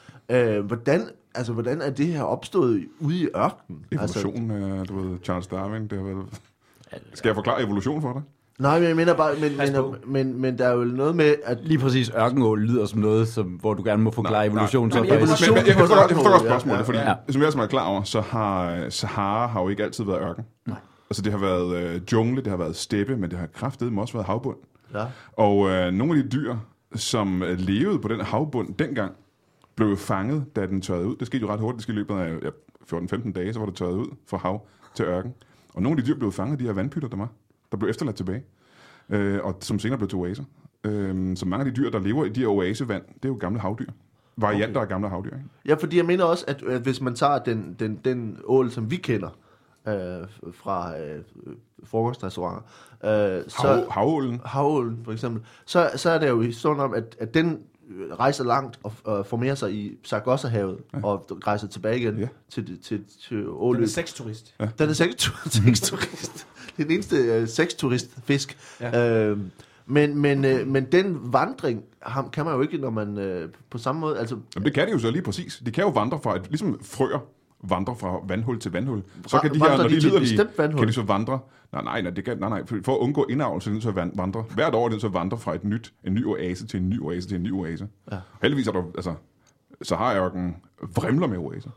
Hvordan er det her opstået ude i ørkenen? Evolution, du ved, Charles Darwin, det har været... Skal jeg forklare evolution for dig? Nej, men jeg mener bare, men der er jo noget med, at Lige præcis ørkenål lyder som noget, hvor du gerne må forklare evolution. Så Nej, evolution- Men jeg forstår godt spørgsmålet, Ja, fordi ja. som jeg er klar over, så har Sahara har jo ikke altid været ørken. Nej. Altså det har været jungle, det har været steppe, men det har kraftedeme også været havbund. Ja. Og nogle af de dyr, som levede på den havbund dengang, blev fanget, da den tørrede ud. Det skete jo ret hurtigt, det skete i løbet af 14-15 dage, så var det tørret ud fra hav til ørken. Og nogle af de dyr blev fanget, de her vandpytter, der blev efterladt tilbage, og som senere blev til oaser. Så mange af de dyr, der lever i de her oasevand, det er jo gamle havdyr. Varianter af gamle havdyr, ikke? Ja, fordi jeg mener også, at hvis man tager den ål, som vi kender fra frokostrestauranter, så Havålen. havålen for eksempel, så er det jo historien om, at den rejser langt og formerer sig i Sargassohavet og rejser tilbage igen til åløb. Den er sexturist. Ja. Den er sexturist. Det er den eneste sexturistfisk. Ja. Men den vandring kan man jo ikke, når man på samme måde... Altså, Jamen, det kan de jo så lige præcis. De kan jo vandre fra, ligesom frøer vandrer fra vandhul til vandhul. Så kan de her, vandrer når de de til et lider, bestemt vandhul? kan de så vandre. Nej, for at undgå indavl, så er de nødt til at vandre. Hvert år er de nødt til at vandre fra en ny oase til en ny oase til en ny oase. Ja. Heldigvis er der, altså, Sahara-ørkenen vrimler med oaser.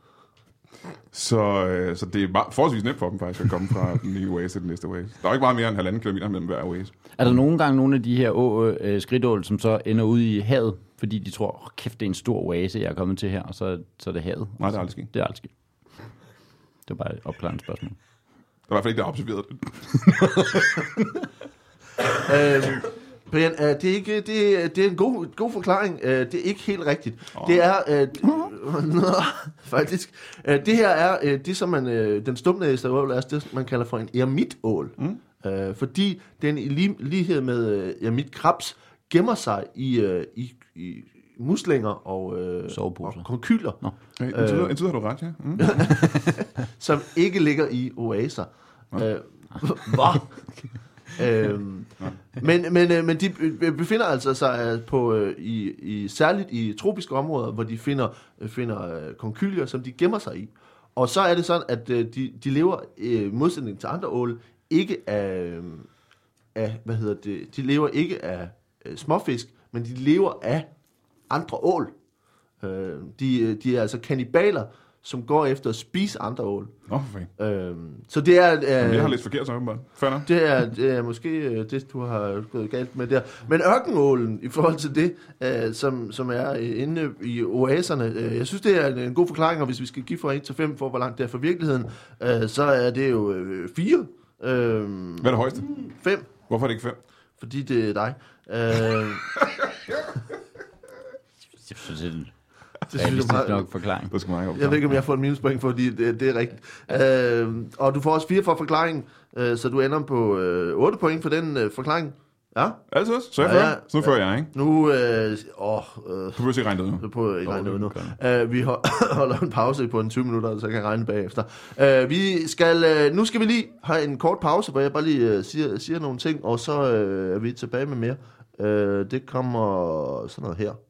Så det er forholdsvis nemt for dem faktisk at komme fra den nye oase til den næste oase. Der er ikke meget mere end 1,5 kilometer mellem hver oase. Er der nogle gange nogle af de her skridtål, som så ender ude i havet, fordi de tror, kæft, det er en stor oase, jeg er kommet til her, og så er det havet? Nej, det er aldrig sket. Det er aldrig sket. Det var bare et opklarende spørgsmål. Der er i hvert fald ikke, der har observeret det. Brian, det er en god forklaring. Det er ikke helt rigtigt. Det er faktisk. Det her er det, som man den stumnæste ål er det, man kalder for en eremitål. Fordi den i lighed med eremitkrabs gemmer sig i muslinger og konkyler, Indtil har du ret, ja. som ikke ligger i oaser. Hvad? Men de befinder altså sig særligt i tropiske områder, hvor de finder konkylier, som de gemmer sig i. Og så er det sådan, at de lever i modsætning til andre ål ikke af de lever ikke af småfisk, men de lever af andre ål. De er altså kannibaler, som går efter at spise andre ål. Så det er... jeg har lidt forkert så åbenbart. Det er måske det, du har gået galt med der. Men ørkenålen, i forhold til det, som er inde i oaserne, jeg synes, det er en god forklaring, og hvis vi skal give fra 1 til 5 for, hvor langt det er fra virkeligheden, så er det jo 4. Hvad er det højeste? 5. Hvorfor er det ikke 5? Fordi det er dig. Jeg synes, det Det er synes jeg meget, nok forklaring. Det skal man ikke jeg ved ikke, om jeg får en minuspoint, fordi det er rigtigt. Og du får også 4 for forklaringen, så du ender på 8 point for den forklaring. Ja. Altså også? Så er jeg før? Så nu fører jeg, ikke? Nu, Du behøver ikke regne det ud nu. på ikke regne det ud nu. Vi holder en pause på en 20 minutter, så jeg kan regne bagefter. Nu skal vi lige have en kort pause, hvor jeg bare lige siger nogle ting, og så er vi tilbage med mere. Det kommer sådan noget her.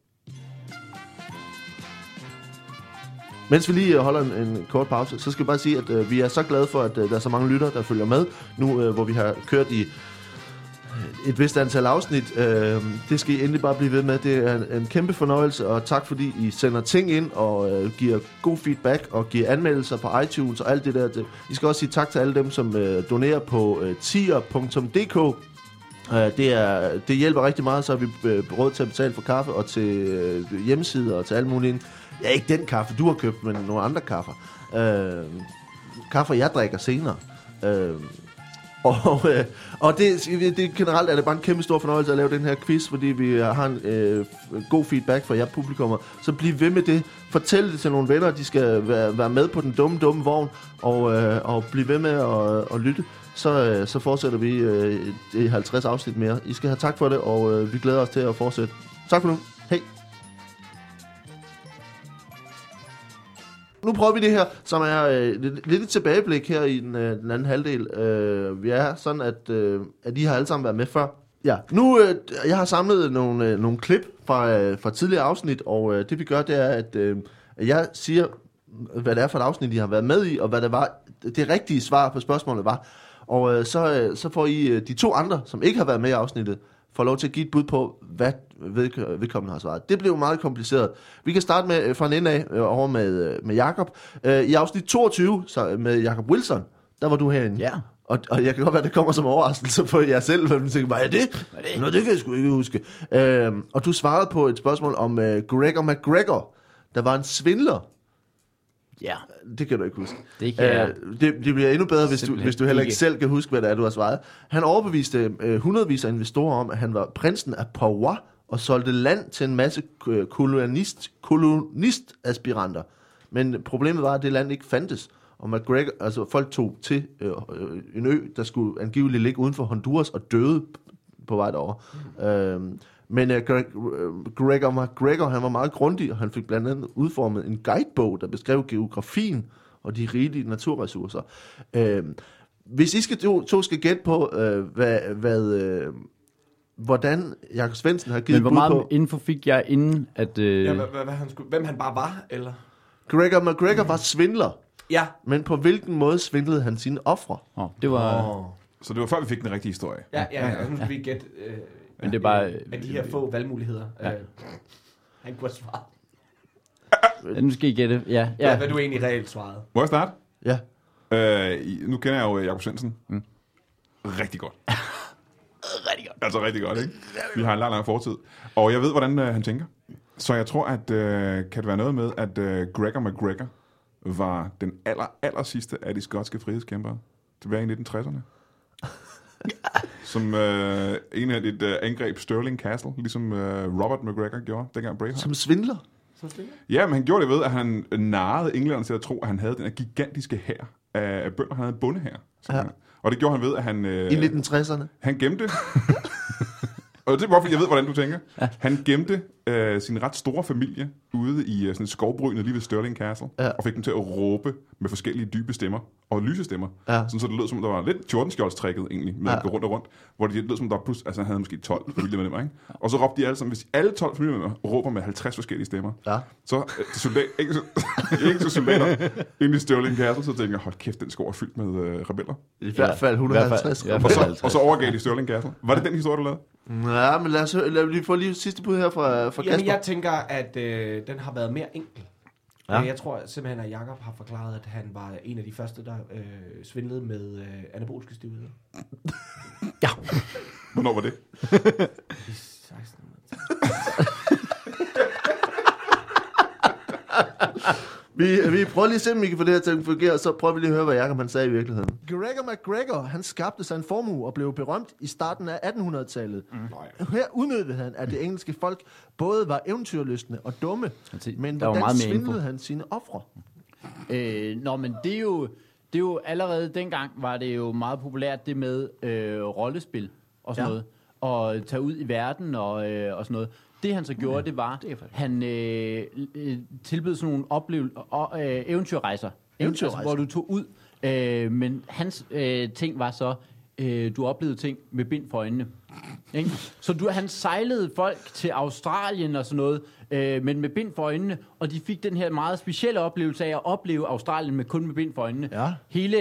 Mens vi lige holder en kort pause, så skal jeg bare sige, at vi er så glade for, at der er så mange lytter, der følger med nu, hvor vi har kørt i et vist antal afsnit. Det skal I endelig bare blive ved med. Det er en kæmpe fornøjelse, og tak fordi I sender ting ind og giver god feedback og giver anmeldelser på iTunes og alt det der. I skal også sige tak til alle dem, som donerer på tier.dk. Det hjælper rigtig meget, så har vi råd til at betale for kaffe og til hjemmesider og til alle mulige. Ja, ikke den kaffe, du har købt, men nogle andre kaffer. Kaffer, jeg drikker senere. Og det generelt er det bare en kæmpe stor fornøjelse at lave den her quiz, fordi vi har en god feedback fra jer publikummer. Så bliv ved med det. Fortæl det til nogle venner, de skal være med på den dumme vogn, og bliv ved med at lytte. Så fortsætter vi 50 afsnit mere. I skal have tak for det, og vi glæder os til at fortsætte. Tak for nu. Hej. Nu prøver vi det her, som er lidt et tilbageblik her i den anden halvdel. Vi er sådan, at I har alle sammen været med før. Ja, nu jeg har samlet nogle klip fra tidligere afsnit, og det vi gør, det er, at jeg siger, hvad det er for et afsnit, I har været med i, og hvad det var, det rigtige svar på spørgsmålet var. Og så får I de 2 andre, som ikke har været med i afsnittet, får lov til at give et bud på, hvad vedkommende har svaret. Det blev meget kompliceret. Vi kan starte med fra en ende af over med Jakob. I afsnit 22 med Jakob Wilson, der var du herinde. Ja. Og jeg kan godt være, det kommer som overraskelse på jer selv, for man tænker, hvad er det? Nå, det kan jeg sgu ikke huske. Og du svarede på et spørgsmål om Gregor McGregor, der var en svindler. Ja. Det kan du ikke huske. Det kan jeg. Det bliver endnu bedre, hvis du heller ikke ikke. selv kan huske, hvad det er, du har svaret. Han overbeviste hundredvis af investorer om, at han var prinsen af Power og solgte land til en masse kolonistaspiranter. Men problemet var, at det land ikke fandtes. Og McGregor, altså folk tog til en ø, der skulle angiveligt ligge uden for Honduras og døde på vej derover. Men Gregor McGregor, han var meget grundig, og han fik blandt andet udformet en guidebog, der beskrev geografien og de rige naturressourcer. Hvis I to skal gætte på, hvordan Jakob Svendsen har givet Men hvor bud meget på... info fik jeg inden, at... Hvem han bare var, eller? Gregor McGregor var svindler, Ja. men på hvilken måde svindlede han sine ofre? det var... Så det var før, vi fik den rigtige historie. Ja. Nu skal vi gætte Men det er bare... af de her få valgmuligheder. Han kunne have svaret. Ja, nu skal I gætte. Ja. Hvad du egentlig reelt svarede. Må jeg starte? Ja. Nu kender jeg jo Jakob Svendsen. Rigtig godt. Rigtig godt. Altså rigtig godt, ikke? Vi har en lang fortid. Og jeg ved, hvordan han tænker. Så jeg tror, at kan det være noget med, at Gregor McGregor var den aller sidste af de skotske frihedskæmpere tilbage i 1960'erne. Som en af et angreb Stirling Castle, ligesom Robert McGregor gjorde, dengang Braveheart. Som svindler? Ja, men han gjorde det ved, at han narrede englænderne til at tro, at han havde den her gigantiske hær af bønder. Han havde en bondehær. Ja. Og det gjorde han ved, at han... I 1960'erne? Han gemte... Og det er hvorfor jeg ved, hvordan du tænker. Ja. Han gemte sin ret store familie ude i sådan et skovbrynet lige ved Stirling Castle, og fik dem til at råbe med forskellige dybe stemmer og lyse stemmer. Ja. Sådan, så det lød som, der var lidt Tordenskjoldstrækket egentlig, med at gå rundt og rundt, hvor det lød som, der plus, altså han havde måske 12 familiemedlemmer, ikke? Og så råbte de alle sammen, hvis alle 12 familiemedlemmer råber med 50 forskellige stemmer, så engelske soldater ind i Stirling Castle, så tænker jeg, hold kæft, den skov er fyldt med rebeller. I hvert fald 150. Og så overgav de Stirling Castle. Var det den historie, du lavede? Ja, men lad os få lige sidste bud her fra Kasper. Jamen, jeg tænker, at den har været mere enkel. Ja. Jeg tror simpelthen, at Jakob har forklaret, at han var en af de første, der svindlede med anabolske stivheder. Ja. Hvornår var det? I 1600-tallet. Vi prøver lige at se, om vi kan få det her til at fungere, og så prøver vi lige at høre, hvad Jakob han sagde i virkeligheden. Gregor McGregor, han skabte sig en formue og blev berømt i starten af 1800-tallet. Her udnyttede han, at det engelske folk både var eventyrlystne og dumme. Men hvordan svindlede han sine ofre? Men det er jo allerede dengang var det jo meget populært det med rollespil og sådan noget. Og tage ud i verden og sådan noget. Det han så gjorde, det var, han tilbød sådan nogle eventyrrejser, hvor du tog ud. Men hans ting var så, du oplevede ting med bind for øjnene. Ikke? Så han sejlede folk til Australien og sådan noget, men med bind for øjnene, og de fik den her meget specielle oplevelse af at opleve Australien kun med bind for øjnene. Ja.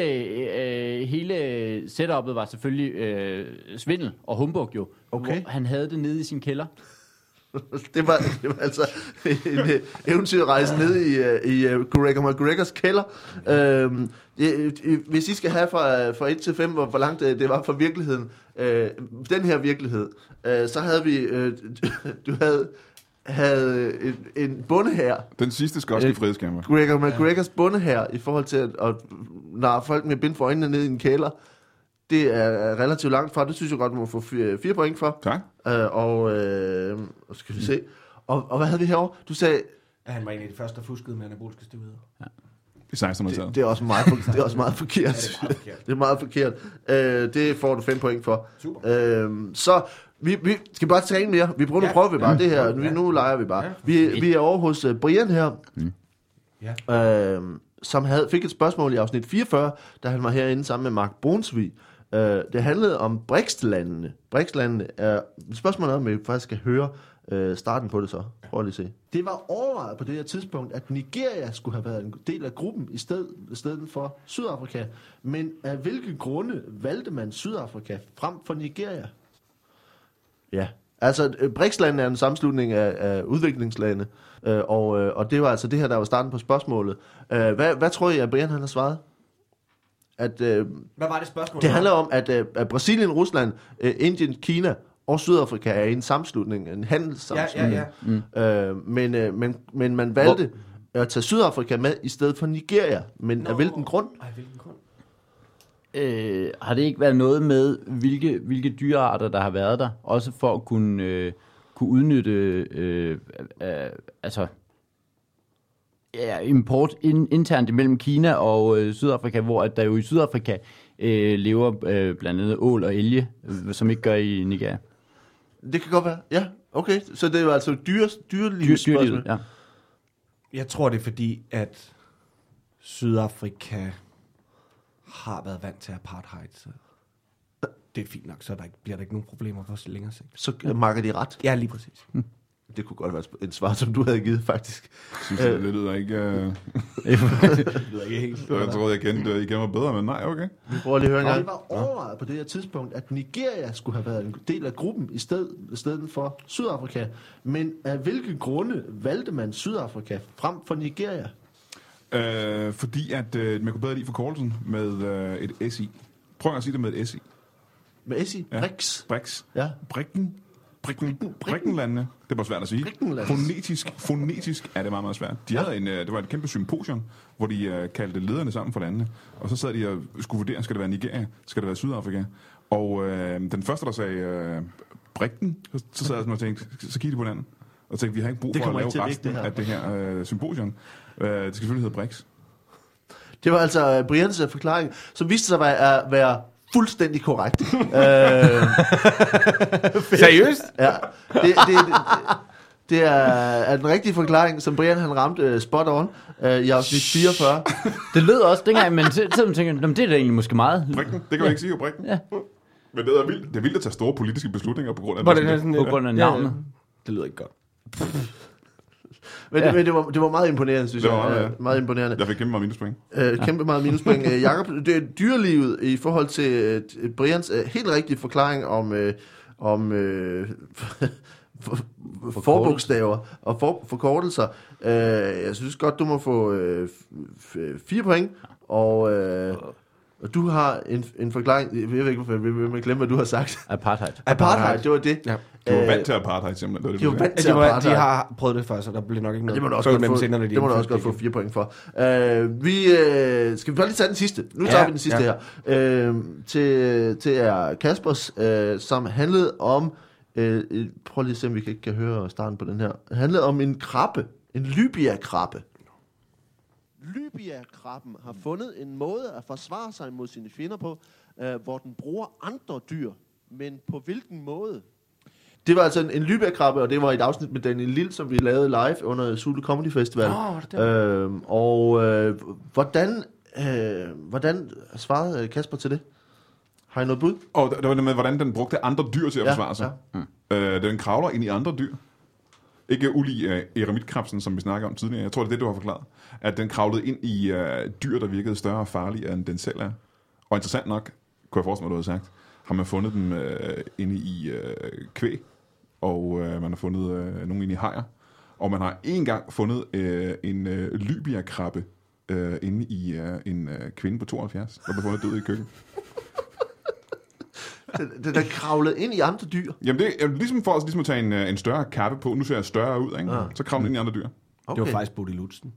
Hele setup'et var selvfølgelig svindel og humbug jo. Okay. Han havde det nede i sin kælder. Det var altså en eventyrrejse ned i Gregor McGregors kælder. Hvis I skal have fra 1 til 5, hvor langt det var fra virkeligheden, den her virkelighed, så havde vi, du havde en bondehær. Den sidste skotske frihedskæmper. Gregor McGregors bondehær i forhold til at narre folk med bind for øjnene ned i en kælder. Det er relativt langt fra. Det synes jeg godt, du må få 4 point for. Tak. Skal vi se. Og hvad havde vi herovre? Du sagde... At han var en af de første, der fuskede med anabolske stivheder. Ja. I 1600-tallet. Det er også meget forkert. Det er meget forkert. Det får du 5 point for. Super. Så vi skal bare tage en mere. Nu prøver vi bare det her. Nu leger vi bare. Vi er over hos Brian her. Som fik et spørgsmål i afsnit 44, da han var herinde sammen med Mark Brunsvig. Det handlede om Brexlandene. Brexlandene er spørgsmålet om, at vi faktisk skal høre starten på det så. Prøv lige at se. Det var overvejet på det her tidspunkt, at Nigeria skulle have været en del af gruppen i stedet for Sydafrika. Men af hvilke grunde valgte man Sydafrika frem for Nigeria? Ja, altså BRICS-landene er en sammenslutning af udviklingslande, og det var altså det her, der var starten på spørgsmålet. Hvad tror I, at Brian han har svaret? Hvad var det spørgsmål? Det handler om, at Brasilien, Rusland, Indien, Kina og Sydafrika er en sammenslutning, en handelssammenslutning. Ja. Men man valgte at tage Sydafrika med i stedet for Nigeria. Men af hvilken grund? Har det ikke været noget med, hvilke dyrearter, der har været der? Også for at kunne udnytte import internt imellem Kina og Sydafrika, hvor at der jo i Sydafrika lever blandt andet ål og elge, som ikke gør i Nigeria. Det kan godt være. Ja, okay. Så det er jo altså dyrelivsspørgsmål. Ja. Jeg tror, det er fordi, at Sydafrika har været vant til apartheid, så det er fint nok, så bliver der ikke nogen problemer på længere sigt. Så markerer de ret. Ja, lige præcis. Det kunne godt være en svar, som du havde givet, faktisk. Synes jeg, det lyder ikke... Det lyder ikke helt. Jeg troede, jeg kendte mig bedre, men nej, okay. Vi prøver lige at høre en gang. Det var overvejet på det her tidspunkt, at Nigeria skulle have været en del af gruppen i stedet for Sydafrika. Men af hvilke grunde valgte man Sydafrika frem for Nigeria? Fordi at man kunne bedre lide forkortelsen med et SI. Prøv at sige det med et SI. Med SI? Ja. BRICS? Ja. Brikkenlandene. Det var svært at sige. Fonetisk er det meget, meget svært. De havde det var et kæmpe symposium, hvor de kaldte lederne sammen for landene. Og så sad de og skulle vurdere, skal det være Nigeria, skal det være Sydafrika. Og den første, der sagde Brikken, så sad jeg og tænkte, så kiggede de på hinanden. Og tænkte, vi har ikke brug for at lave resten af det her symposium. Det skal selvfølgelig hedde BRICS. Det var altså Brians forklaring, som viste sig at være fuldstændig korrekt. Seriøst? Ja. Det er den rigtige forklaring, som Brian han ramte spot on i afsnit 44. Det lød også dengang, men så tænker jeg, det er da egentlig måske meget. Brikken, det kan man ikke sige jo, Brikken. Ja. Men det er vildt. Det er vildt at tage store politiske beslutninger på grund af på grund af navnet. Det lyder ikke godt. Men det var meget imponerende, synes jeg. Meget imponerende. Jeg fik kæmpe meget minuspoint. Kæmpe meget minuspoint. Jakob, det er dyrelivet i forhold til Brians helt rigtige forklaring om forbogstaver og forkortelser. Jeg synes godt, du må få 4 point, og du har en forklaring. Jeg ved ikke, hvorfor jeg vil glemme, hvad du har sagt. Apartheid, det var det. Ja. Du var vant til apartheid, simpelthen. De har prøvet det før, så der bliver nok ikke noget. Det må du også godt få 4 point for. Skal vi bare lige tage den sidste? Nu tager vi den sidste her. Til Kaspers, som handlede om... prøv lige at se, om vi kan høre starten på den her. Det handlede om en krabbe. En Libya-krabbe. Libya-krabben har fundet en måde at forsvare sig mod sine fjender på, hvor den bruger andre dyr. Men på hvilken måde? Det var altså en Libya-krabbe, og det var et afsnit med Daniel Lille, som vi lavede live under Zulu Comedy Festival. Hvordan svarede Kasper til det? Har I noget bud? Det var det med, hvordan den brugte andre dyr til at forsvare sig. Ja. Den kravler ind i andre dyr. Ikke ulig eremitkrebsen, som vi snakker om tidligere. Jeg tror, det er det, du har forklaret. At den kravlede ind i dyr, der virkede større og farligere, end den selv er. Og interessant nok, kunne jeg forestille mig, du havde sagt, har man fundet dem inde i kvæg, og man har fundet nogle inde i hajer. Og man har en gang fundet en Libya-krabbe inde i en kvinde på 72, der blev fundet død i køkken. Den er kravlet ind i andre dyr. Jamen det er ligesom for at tage en større kappe på. Nu ser jeg større ud, ikke? Så kravler den ind i andre dyr. Okay. Det var faktisk Bodil Lutzen.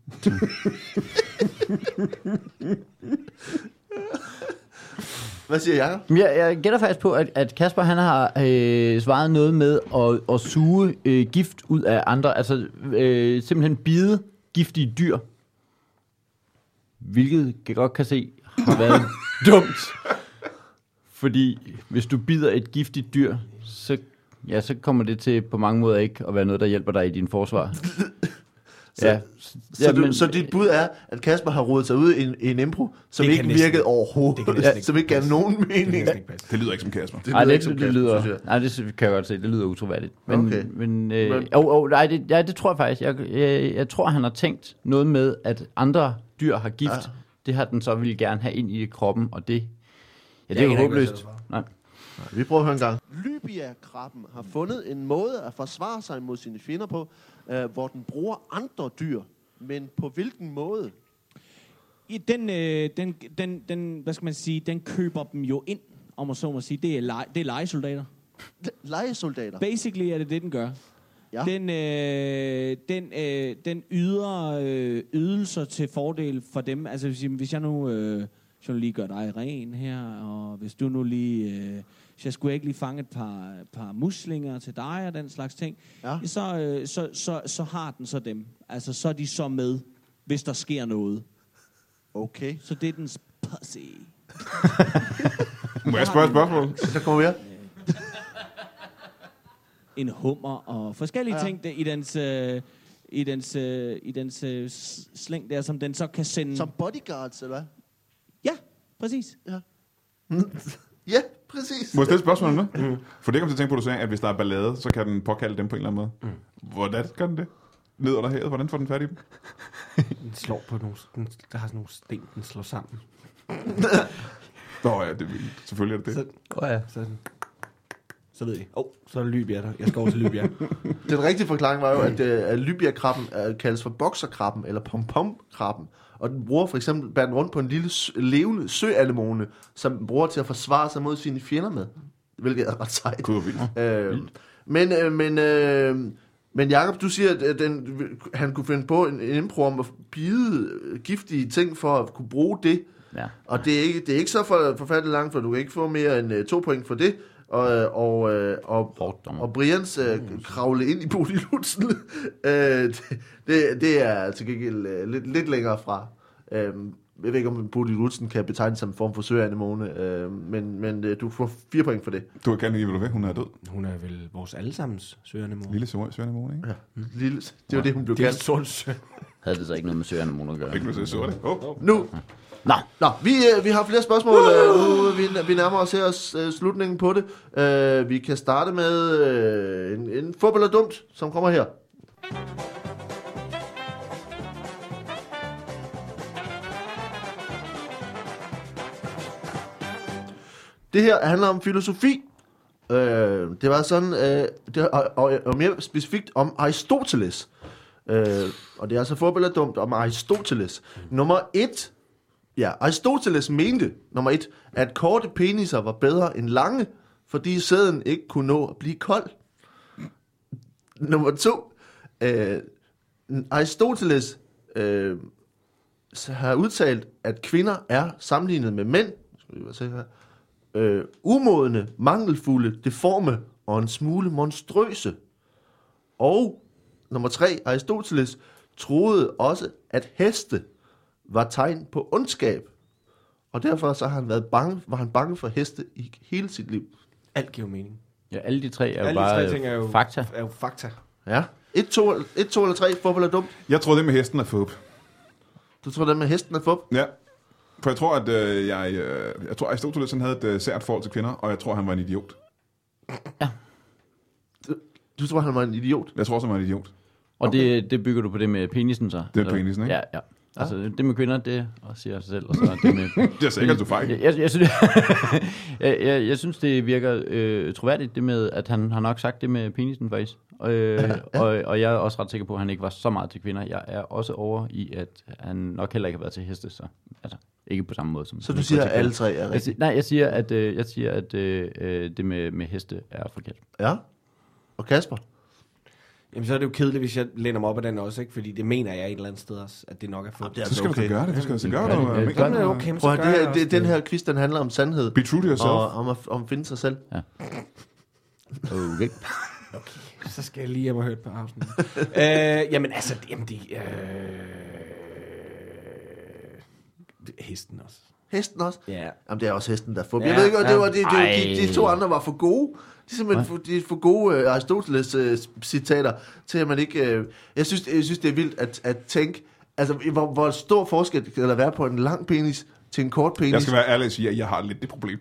Hvad siger Jacob? Jeg gætter faktisk på, at Kasper han har svaret noget med at suge gift ud af andre. Altså simpelthen bide giftige dyr. Hvilket jeg godt kan se har været dumt. Fordi hvis du bider et giftigt dyr, så kommer det til på mange måder ikke at være noget, der hjælper dig i din forsvar. Så dit bud er, at Kasper har rodet sig ud i en impro, som ikke virkede overhovedet, som ikke gav nogen mening. Det lyder ikke som Kasper. Det kan jeg godt se. Det lyder utroværdigt. Det tror jeg faktisk. Jeg tror, han har tænkt noget med, at andre dyr har gift. Ja. Det har den så ville gerne have ind i kroppen, og det... Ja, det er jo håbløst. Nej. Vi prøver at høre en gang. Libia-krabben har fundet en måde at forsvare sig mod sine fjender på, hvor den bruger andre dyr. Men på hvilken måde? Den hvad skal man sige, den køber dem jo ind, om man så må sige. Det er lejesoldater. Lejesoldater? Basically er det, den gør. Ja. Den yder ydelser til fordel for dem. Altså hvis jeg nu lige gør dig ren her, og hvis du nu lige... hvis jeg skulle ikke lige fange et par muslinger til dig og den slags ting, så har den så dem. Altså så er de så med, hvis der sker noget. Okay. Så det er dens pussy. Må jeg spørge et spørgsmål? Så kommer vi her. En hummer og forskellige ting i dens slæng der, som den så kan sende... Som bodyguards, eller hvad? Ja, præcis. Ja. Ja, præcis. Må jeg stille et spørgsmål nu? For det kom til at tænke på, at du sagde, at hvis der er ballade, så kan den påkalde dem på en eller anden måde. Hvordan gør den det? Ned under havet, hvordan får den fat i dem? Den slår på nogle... Der har sådan nogle sten, den slår sammen. Nå ja, det er vildt. Selvfølgelig er det det. Så ved I. Så er det Libya der. Jeg skal over til Libya. Den rigtige forklaring var jo, at Libya-krabben kaldes for bokserkrabben, eller pom-pom-krabben. Og den bruger for eksempel, bærer den rundt på en lille levende søanemone, som den bruger til at forsvare sig mod sine fjender med. Hvilket er ret sejt. Men Jacob, du siger, at han kunne finde på en impro om at bide giftige ting for at kunne bruge det. Ja. Og det er ikke så forfærdeligt langt, for du kan ikke få mere end 2 point for det. Og Brians kravle ind i Bodil Lutzen, det er til gengæld lidt længere fra. Jeg ved ikke, om Bodil Lutzen kan betegne som en form for søanemone, men du får 4 point for det. Du kan gerne give, hvad hun er død. Hun er vel vores allesammens søanemone. Lille søanemone, ikke? Ja, lille. Det var det, hun blev kaldt. Det er en sort. Havde det så ikke noget med søanemone at gøre? Ikke noget sorte. Nu. Nå, vi har flere spørgsmål. Vi nærmer os her slutningen på det. Vi kan starte med en fup eller dumt, som kommer her. Det her handler om filosofi. Det var sådan, og mere specifikt om Aristoteles. Og det er altså fup eller dumt om Aristoteles. Nummer 1. Ja, Aristoteles mente, nummer 1, at korte peniser var bedre end lange, fordi sæden ikke kunne nå at blive kold. Nummer 2, Aristoteles har udtalt, at kvinder er sammenlignet med mænd, umodne, mangelfulde, deforme og en smule monstrøse. Og nummer 3, Aristoteles troede også, at heste var tegn på ondskab, og derfor så har han var han bange for heste i hele sit liv. Alt giver mening. Ja, alle de 3 er jo bare fakta. Er jo fakta. Ja. 1, 2 eller 3, fup eller dumt? Jeg tror, det med hesten er fup. Du tror, det med hesten er fup? Ja. For jeg tror, at jeg tror, Aristoteles havde et sært forhold til kvinder, og jeg tror, han var en idiot. Ja. Du tror, han var en idiot? Jeg tror også, han var en idiot. Og okay. det bygger du på det med penisen, så? Det er penisen, ikke? Ja. Altså, det med kvinder, det siger sig selv, og så det med... Det er sikkert, du fejl. Jeg synes, det virker troværdigt, det med, at han har nok sagt det med penisen, faktisk. Og jeg er også ret sikker på, at han ikke var så meget til kvinder. Jeg er også over i, at han nok heller ikke har været til heste, så altså, ikke på samme måde som... Så du siger, at alle 3 er rigtigt? Nej, jeg siger, at det med heste er forkert. Ja. Og Kasper? Jamen, så er det jo kedeligt, hvis jeg læner mig op af den også, ikke? Fordi det mener jeg et eller andet sted også, at det nok er fup. Så skal du gøre det. Du skal altså gøre det. Prøv at den her quiz, den handler om sandhed. Be true to yourself. Og om at finde sig selv. Ja. Okay. Så skal jeg lige hjem og høre et par afsnit. Jamen, altså, hesten også. Hesten også? Ja. Jamen, det er også hesten, der får. Ja, Jeg ved ikke, ja. de to andre var for gode. De er simpelthen de er for gode Aristoteles citater, til at man ikke... Jeg synes, det er vildt at tænke, altså, hvor stor forskel kan der være på en lang penis til en kort penis. Jeg skal være ærlig og sige, at jeg har lidt det problem.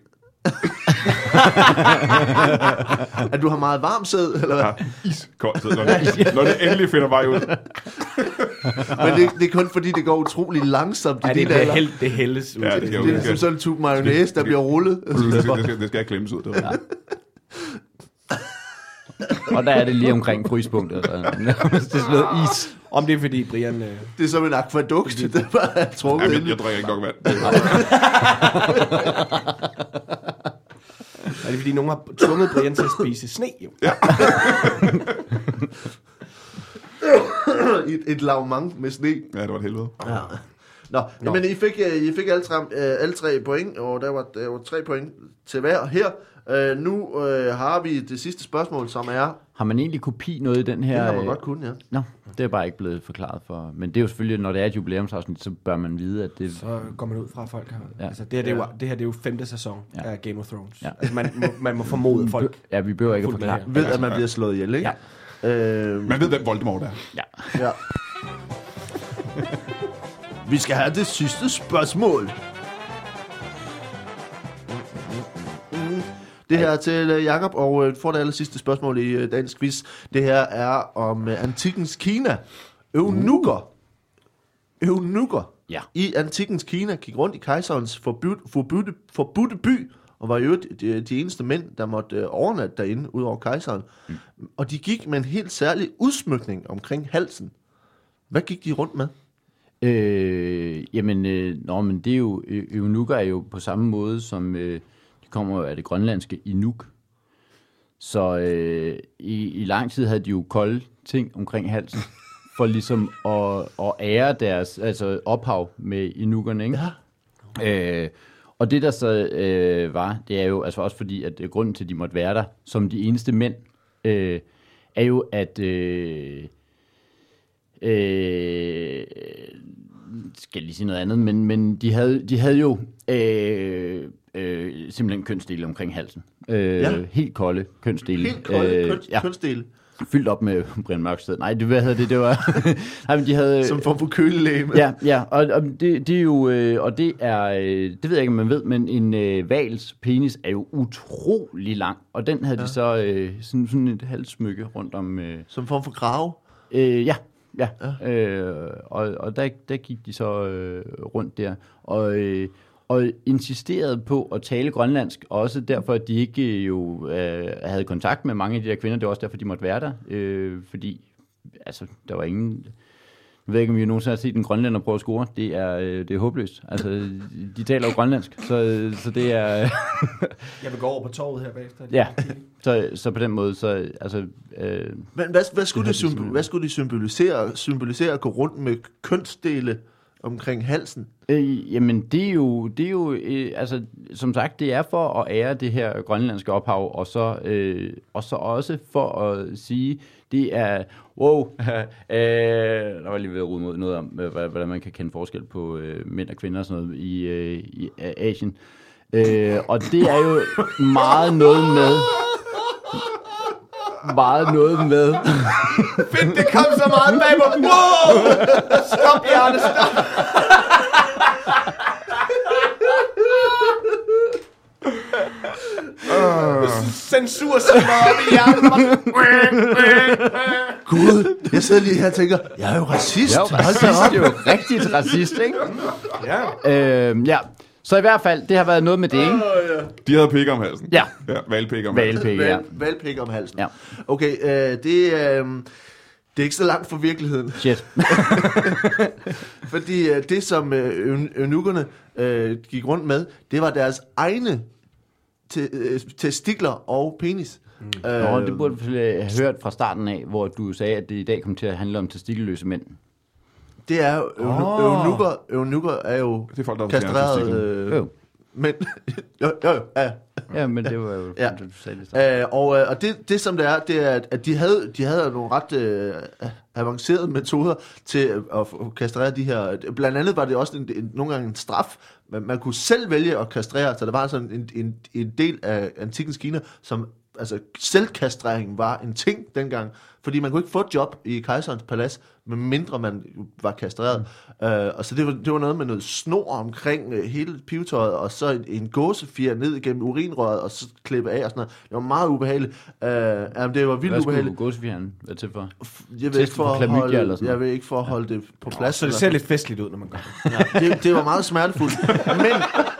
At du har meget varm sæd, eller hvad? Ja, iskoldt sæd, når det endelig finder vej ud. Men det er kun fordi, det går utrolig langsomt i Ja, din alder. det hældes ud. Ja, Ja, det Det er som sådan en tube mayonnaise, der bliver rullet. Det skal jeg klemmes ud. Det. Og der er det lige omkring fryspunktet. Altså. Det er sådan noget is. om det er fordi Brian... Det er som en akvadukt, der bare er trukket Jamen, ind. jeg drikker ikke nok vand. Er det fordi nogen har tvunget Brian til at spise sne? Jo? Ja. Et lavmang med sne. Ja, det var et helvede. Ja. Nå. Men I fik alle tre point, og der var 3 point til hver her. Nu har vi det sidste spørgsmål, som er... Har man egentlig kopi noget i den her... Det har man godt kunne, ja. Nå, det er bare ikke blevet forklaret for... Men det er jo selvfølgelig, når det er et jubilæumsafsnit, så bør man vide, at det... Så går man ud fra, at folk har... Ja. Altså, det her det er jo 5. sæson af Game of Thrones. Ja. Altså, man må formode folk. Ja, vi behøver ikke at Fuldt med forklare. her. Ved, at man bliver slået ihjel, ikke? Ja. Man ved, hvem Voldemort er. Ja. Ja. Vi skal have det sidste spørgsmål. Det her er til Jakob, og får det aller sidste spørgsmål i dagens quiz. Det her er om antikkens Kina. Eunukker. Ja. I antikkens Kina gik rundt i kejserens forbudte by, og var i øvrigt de eneste mænd, der måtte overnatte derinde, ud over kejseren. Og de gik med en helt særlig udsmykning omkring halsen. Hvad gik de rundt med? Men det er jo... Eunukker er jo på samme måde som... de kommer af det grønlandske Inuk. Så i lang tid havde de jo kolde ting omkring halsen, for ligesom at ære deres ophav med inukkerne, ikke? Ja. Og det der så var, det er jo altså også fordi, at grunden til, at de måtte være der som de eneste mænd, er jo, at skal jeg lige sige noget andet, men de havde jo simpelthen kønsdele omkring halsen. Helt kolde kønsdele. Helt kolde kønsdele. Fyldt op med Brian Mørk Sted. Nej, hvad havde det var... Nej, men de havde... Som form for kølelæme. Ja, og det er jo... og det er... det ved jeg ikke, om man ved, men en hvals penis er jo utrolig lang. Og den havde de så sådan et halssmykke rundt om... Som form for grave. Ja. Og der gik de så rundt der. Og insisterede på at tale grønlandsk, også derfor, at de ikke havde kontakt med mange af de der kvinder. Det var også derfor, de måtte være der, fordi altså, der var ingen... Jeg ved ikke, om I nogensinde har set en grønlænder prøve at score. Det er håbløst. Altså, de taler jo grønlandsk, så det er... Jeg vil gå over på torvet her bagefter. Ja, så på den måde, så... Altså, Men hvad skulle de symbolisere at gå rundt med kønsdele omkring halsen? Jamen, det er jo altså, som sagt, det er for at ære det her grønlandske ophav, og så også for at sige, det er, der var lige ved at rode mod noget om, hvordan man kan kende forskel på mænd og kvinder og sådan noget i Asien. Og det er jo meget noget med... Fedt, det kom så meget bag på. Wow! Stop, Bjarne, stop! Censur sætter mig op i hjernen. Gud, jeg sidder lige her og tænker, jeg er jo racist. Det er jo rigtig racist, ikke? Ja. Så i hvert fald, det har været noget med det, ikke? De havde pik om halsen. Ja. Valpik om halsen. Valpik, ja. Valpik om halsen. Ja. Okay, det er ikke så langt fra virkeligheden. Shit. Fordi det, som eunukkerne gik rundt med, det var deres egne testikler og penis. Nå, det burde du have hørt fra starten af, hvor du sagde, at det i dag kom til at handle om testikelløse mænd. Det er eunukker er jo Det er folk, der kastreret Men, ja. Ja, men det var jo, Ja. det, du sagde det. Og det som det er, at de havde nogle ret avancerede metoder til at kastrere de her. Blandt andet var det også nogle gange en straf. Man kunne selv vælge at kastrere, så der var sådan en del af antikkens Kina, som altså selvkastrering var en ting dengang, fordi man kunne ikke få et job i kejserens palads, medmindre man var kastreret. Og så det var noget med noget snor omkring hele pivetøjet, og så en gåsefjer ned igennem urinrøret, og så klippe af og sådan noget. Det var meget ubehageligt. Det var vildt ubehageligt. Hvad skulle gåsefjeren være til for? Jeg vil ikke for at holde, eller sådan jeg vil ikke for at holde det på plads. Så det ser lidt festligt ud, når man gør det. Ja, det var meget smertefuldt. Men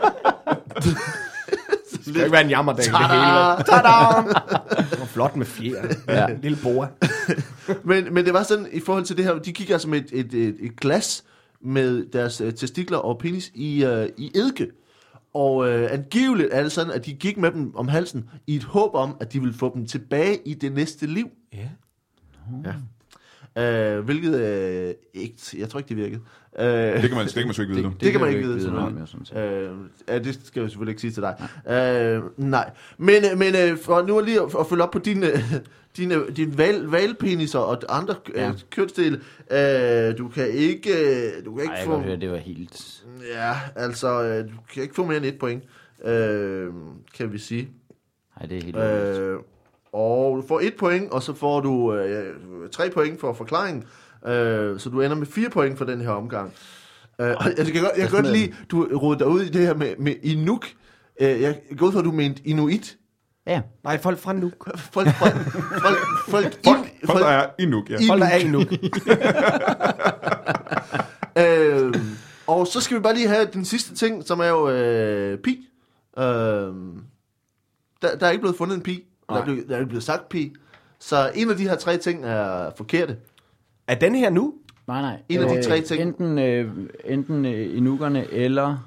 Det skal ikke være en jammerdag, det hele. tada! Det var flot med fjer. Ja. Lille boa. men det var sådan, i forhold til det her, de gik altså med et glas med deres testikler og penis i eddike. Og angiveligt er det sådan, at de gik med dem om halsen i et håb om, at de ville få dem tilbage i det næste liv. Ja. Hvilket ikke, jeg tror ikke, det virkede. Det kan man sgu ikke vide nu. Det kan man ikke vide. noget mere, sådan set. Det skal jeg selvfølgelig ikke sige til dig. Nej. Men for nu lige at følge op på dine valpeniser og andre kønsdele, du kan ikke Ej, få... det var helt... Ja, altså, du kan ikke få mere end 1 point, kan vi sige. Nej, det er helt Og du får 1 point, og så får du 3 point for forklaringen. Så du ender med 4 point for den her omgang. Jeg kan godt lide, du rodede dig ud i det her med Inuk. Jeg går ud fra, at du mente Inuit. Ja. Nej, folk fra Nuuk. Folk Folk der er Inuk, ja. Folk der er i Nuuk. Og så skal vi bare lige have den sidste ting, som er jo pi. Der er ikke blevet fundet en pi. Der er ikke blevet sagt pi. Så en af de her 3 ting er forkerte. Er den her nu? Nej. En af de 3 ting. Enten inukkerne eller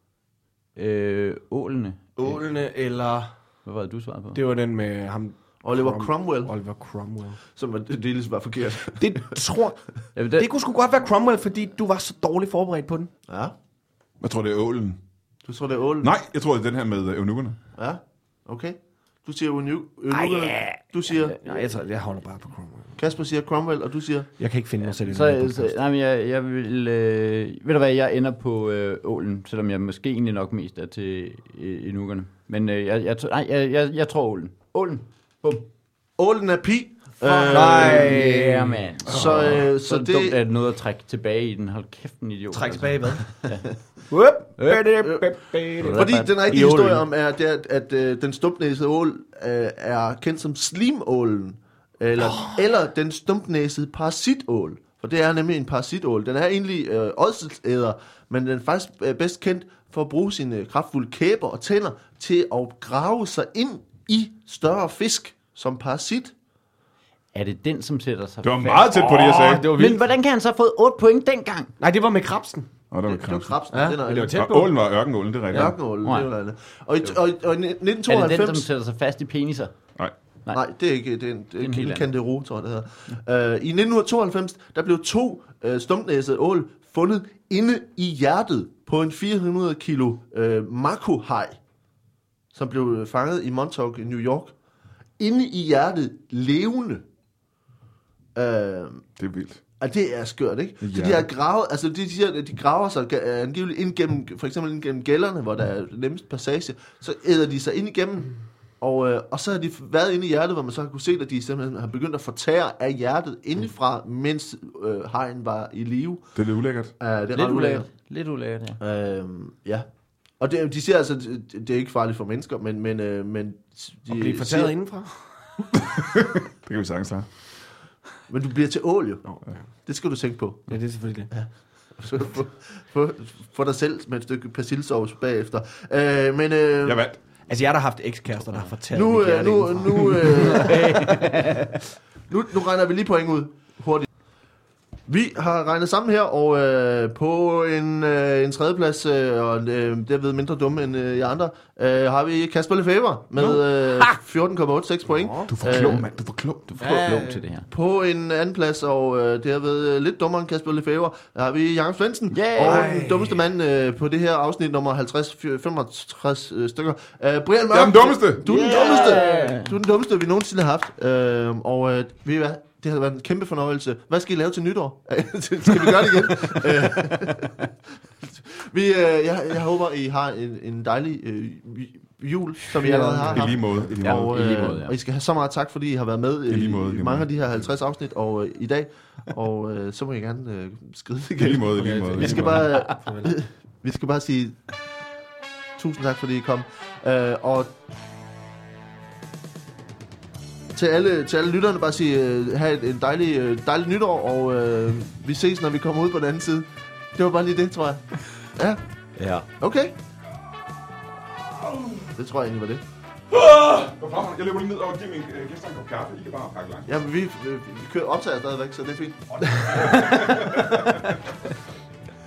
ålene. Ålene eller... Hvad var det, du svarede på? Det var den med ham... Oliver Cromwell. Oliver Cromwell. Som delvis var forkert. Det tror... Det kunne sgu godt være Cromwell, fordi du var så dårligt forberedt på den. Ja. Jeg tror, det er ålen. Du tror, det er ålen? Nej, jeg tror, det er den her med eunukkerne. Ja, okay. Du siger eunukkerne. Du siger... Nej, jeg holder bare på Cromwell. Kasper siger Cromwell, og du siger... Jeg kan ikke finde mig selv i Nej, men jeg vil... ved du hvad, jeg ender på ålen, selvom jeg måske egentlig nok mest er til inukkerne. Men jeg tror ålen. Ålen. Bum. Ålen er pi. Nej, ja, man. Så det... dumt, at noget at trække tilbage i den. Hold kæft, en idiot. Træk tilbage, hvad? Fordi den rigtige historie om er, at den stumpnæsede ål er kendt som slimålen. Eller den stumpnæsede parasitål. For det er nemlig en parasitål. Den er egentlig ådselsæder, men den er faktisk bedst kendt for at bruge sine kraftfulde kæber og tænder til at grave sig ind i større fisk som parasit. Er det den, som sætter sig Det var meget tæt på det, jeg sagde. Det var vildt. Men hvordan kan han så have fået 8 point dengang? Nej, det var med krabsen. Og det var Det var krabsen. krabsen. Ja, Den er, men det var tæt Og på. ålen var ørkenålen, det er rigtigt. Ørkenålen, det er noget andet. Og i Er det den, 1992... som sætter sig fast i peniser? Nej. Nej, det er ikke. Det er en en helt kangaroo, tror jeg, det hedder. I 1992, der blev 2 stumpnæsede ål fundet inde i hjertet på en 400 kilo mako-haj, som blev fanget i Montauk i New York. Inde i hjertet, levende. Det er vildt. Og det er skørt, ikke? Ja. Så de har gravet, altså de siger, at de graver sig angiveligt ind gennem, for eksempel ind gennem gælderne, hvor der er nemmest passage, så æder de sig ind igennem, og så har de været inde i hjertet, hvor man så har kunne se, at de simpelthen har begyndt at fortære af hjertet indefra, mens hajen var i live. Det er lidt ulækkert. Det er Lidt ret ulækkert. Lidt ulækkert, ja. Ja. Og de siger altså, det er ikke farligt for mennesker, men de Og blive fortæret indenfra. Det kan vi sagtens klare. Men du bliver til ål jo. Ja. Det skal du tænke på. Ja, det er selvfølgelig det. Så få dig selv med et stykke persillesovs bagefter. Jeg vandt. Altså, jeg har da haft ekskærester, der har fortalt Nu mit hjerte indenfra. regner vi lige point ud hurtigt. Vi har regnet sammen her, og på en tredjeplads, og derved mindre dumme end jer andre, har vi Kasper Lefebvre med 14,86 point. Du er for klog, mand. Du er for klog. Du får klog til det her. På en anden plads, og derved lidt dummere end Kasper Lefebvre, har vi Jakob Svendsen. Yeah. Og den dummeste mand på det her afsnit, nummer 50-65 stykker. Brian Mørk. Jeg er den dummeste. Du er den dummeste. Du er den dummeste, vi nogensinde har haft. Og ved I hvad? Det har været en kæmpe fornøjelse. Hvad skal I lave til nytår? Skal vi gøre det igen? Jeg håber, I har en dejlig jul, som I allerede har I haft. lige måde. I lige måde. Og, i lige måde, ja. og I skal have så meget tak, fordi I har været med I lige måde, i mange af de her 50 afsnit og i dag. Og så må I gerne skride igen. I lige måde. I lige måde. Vi skal bare sige tusind tak, fordi I kom. Og til alle lytterne bare sige, have en dejlig nytår, og vi ses, når vi kommer ud på den anden side. Det var bare lige det, tror jeg. Ja, Ja. okay. Det tror jeg egentlig var det. Jeg løber lige ned og giver min gæster en kop kaffe. I kan bare pakke langt. Ja, men vi kører optager stadigvæk, så det er fint.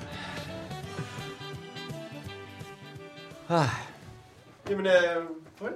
Jamen, farvel.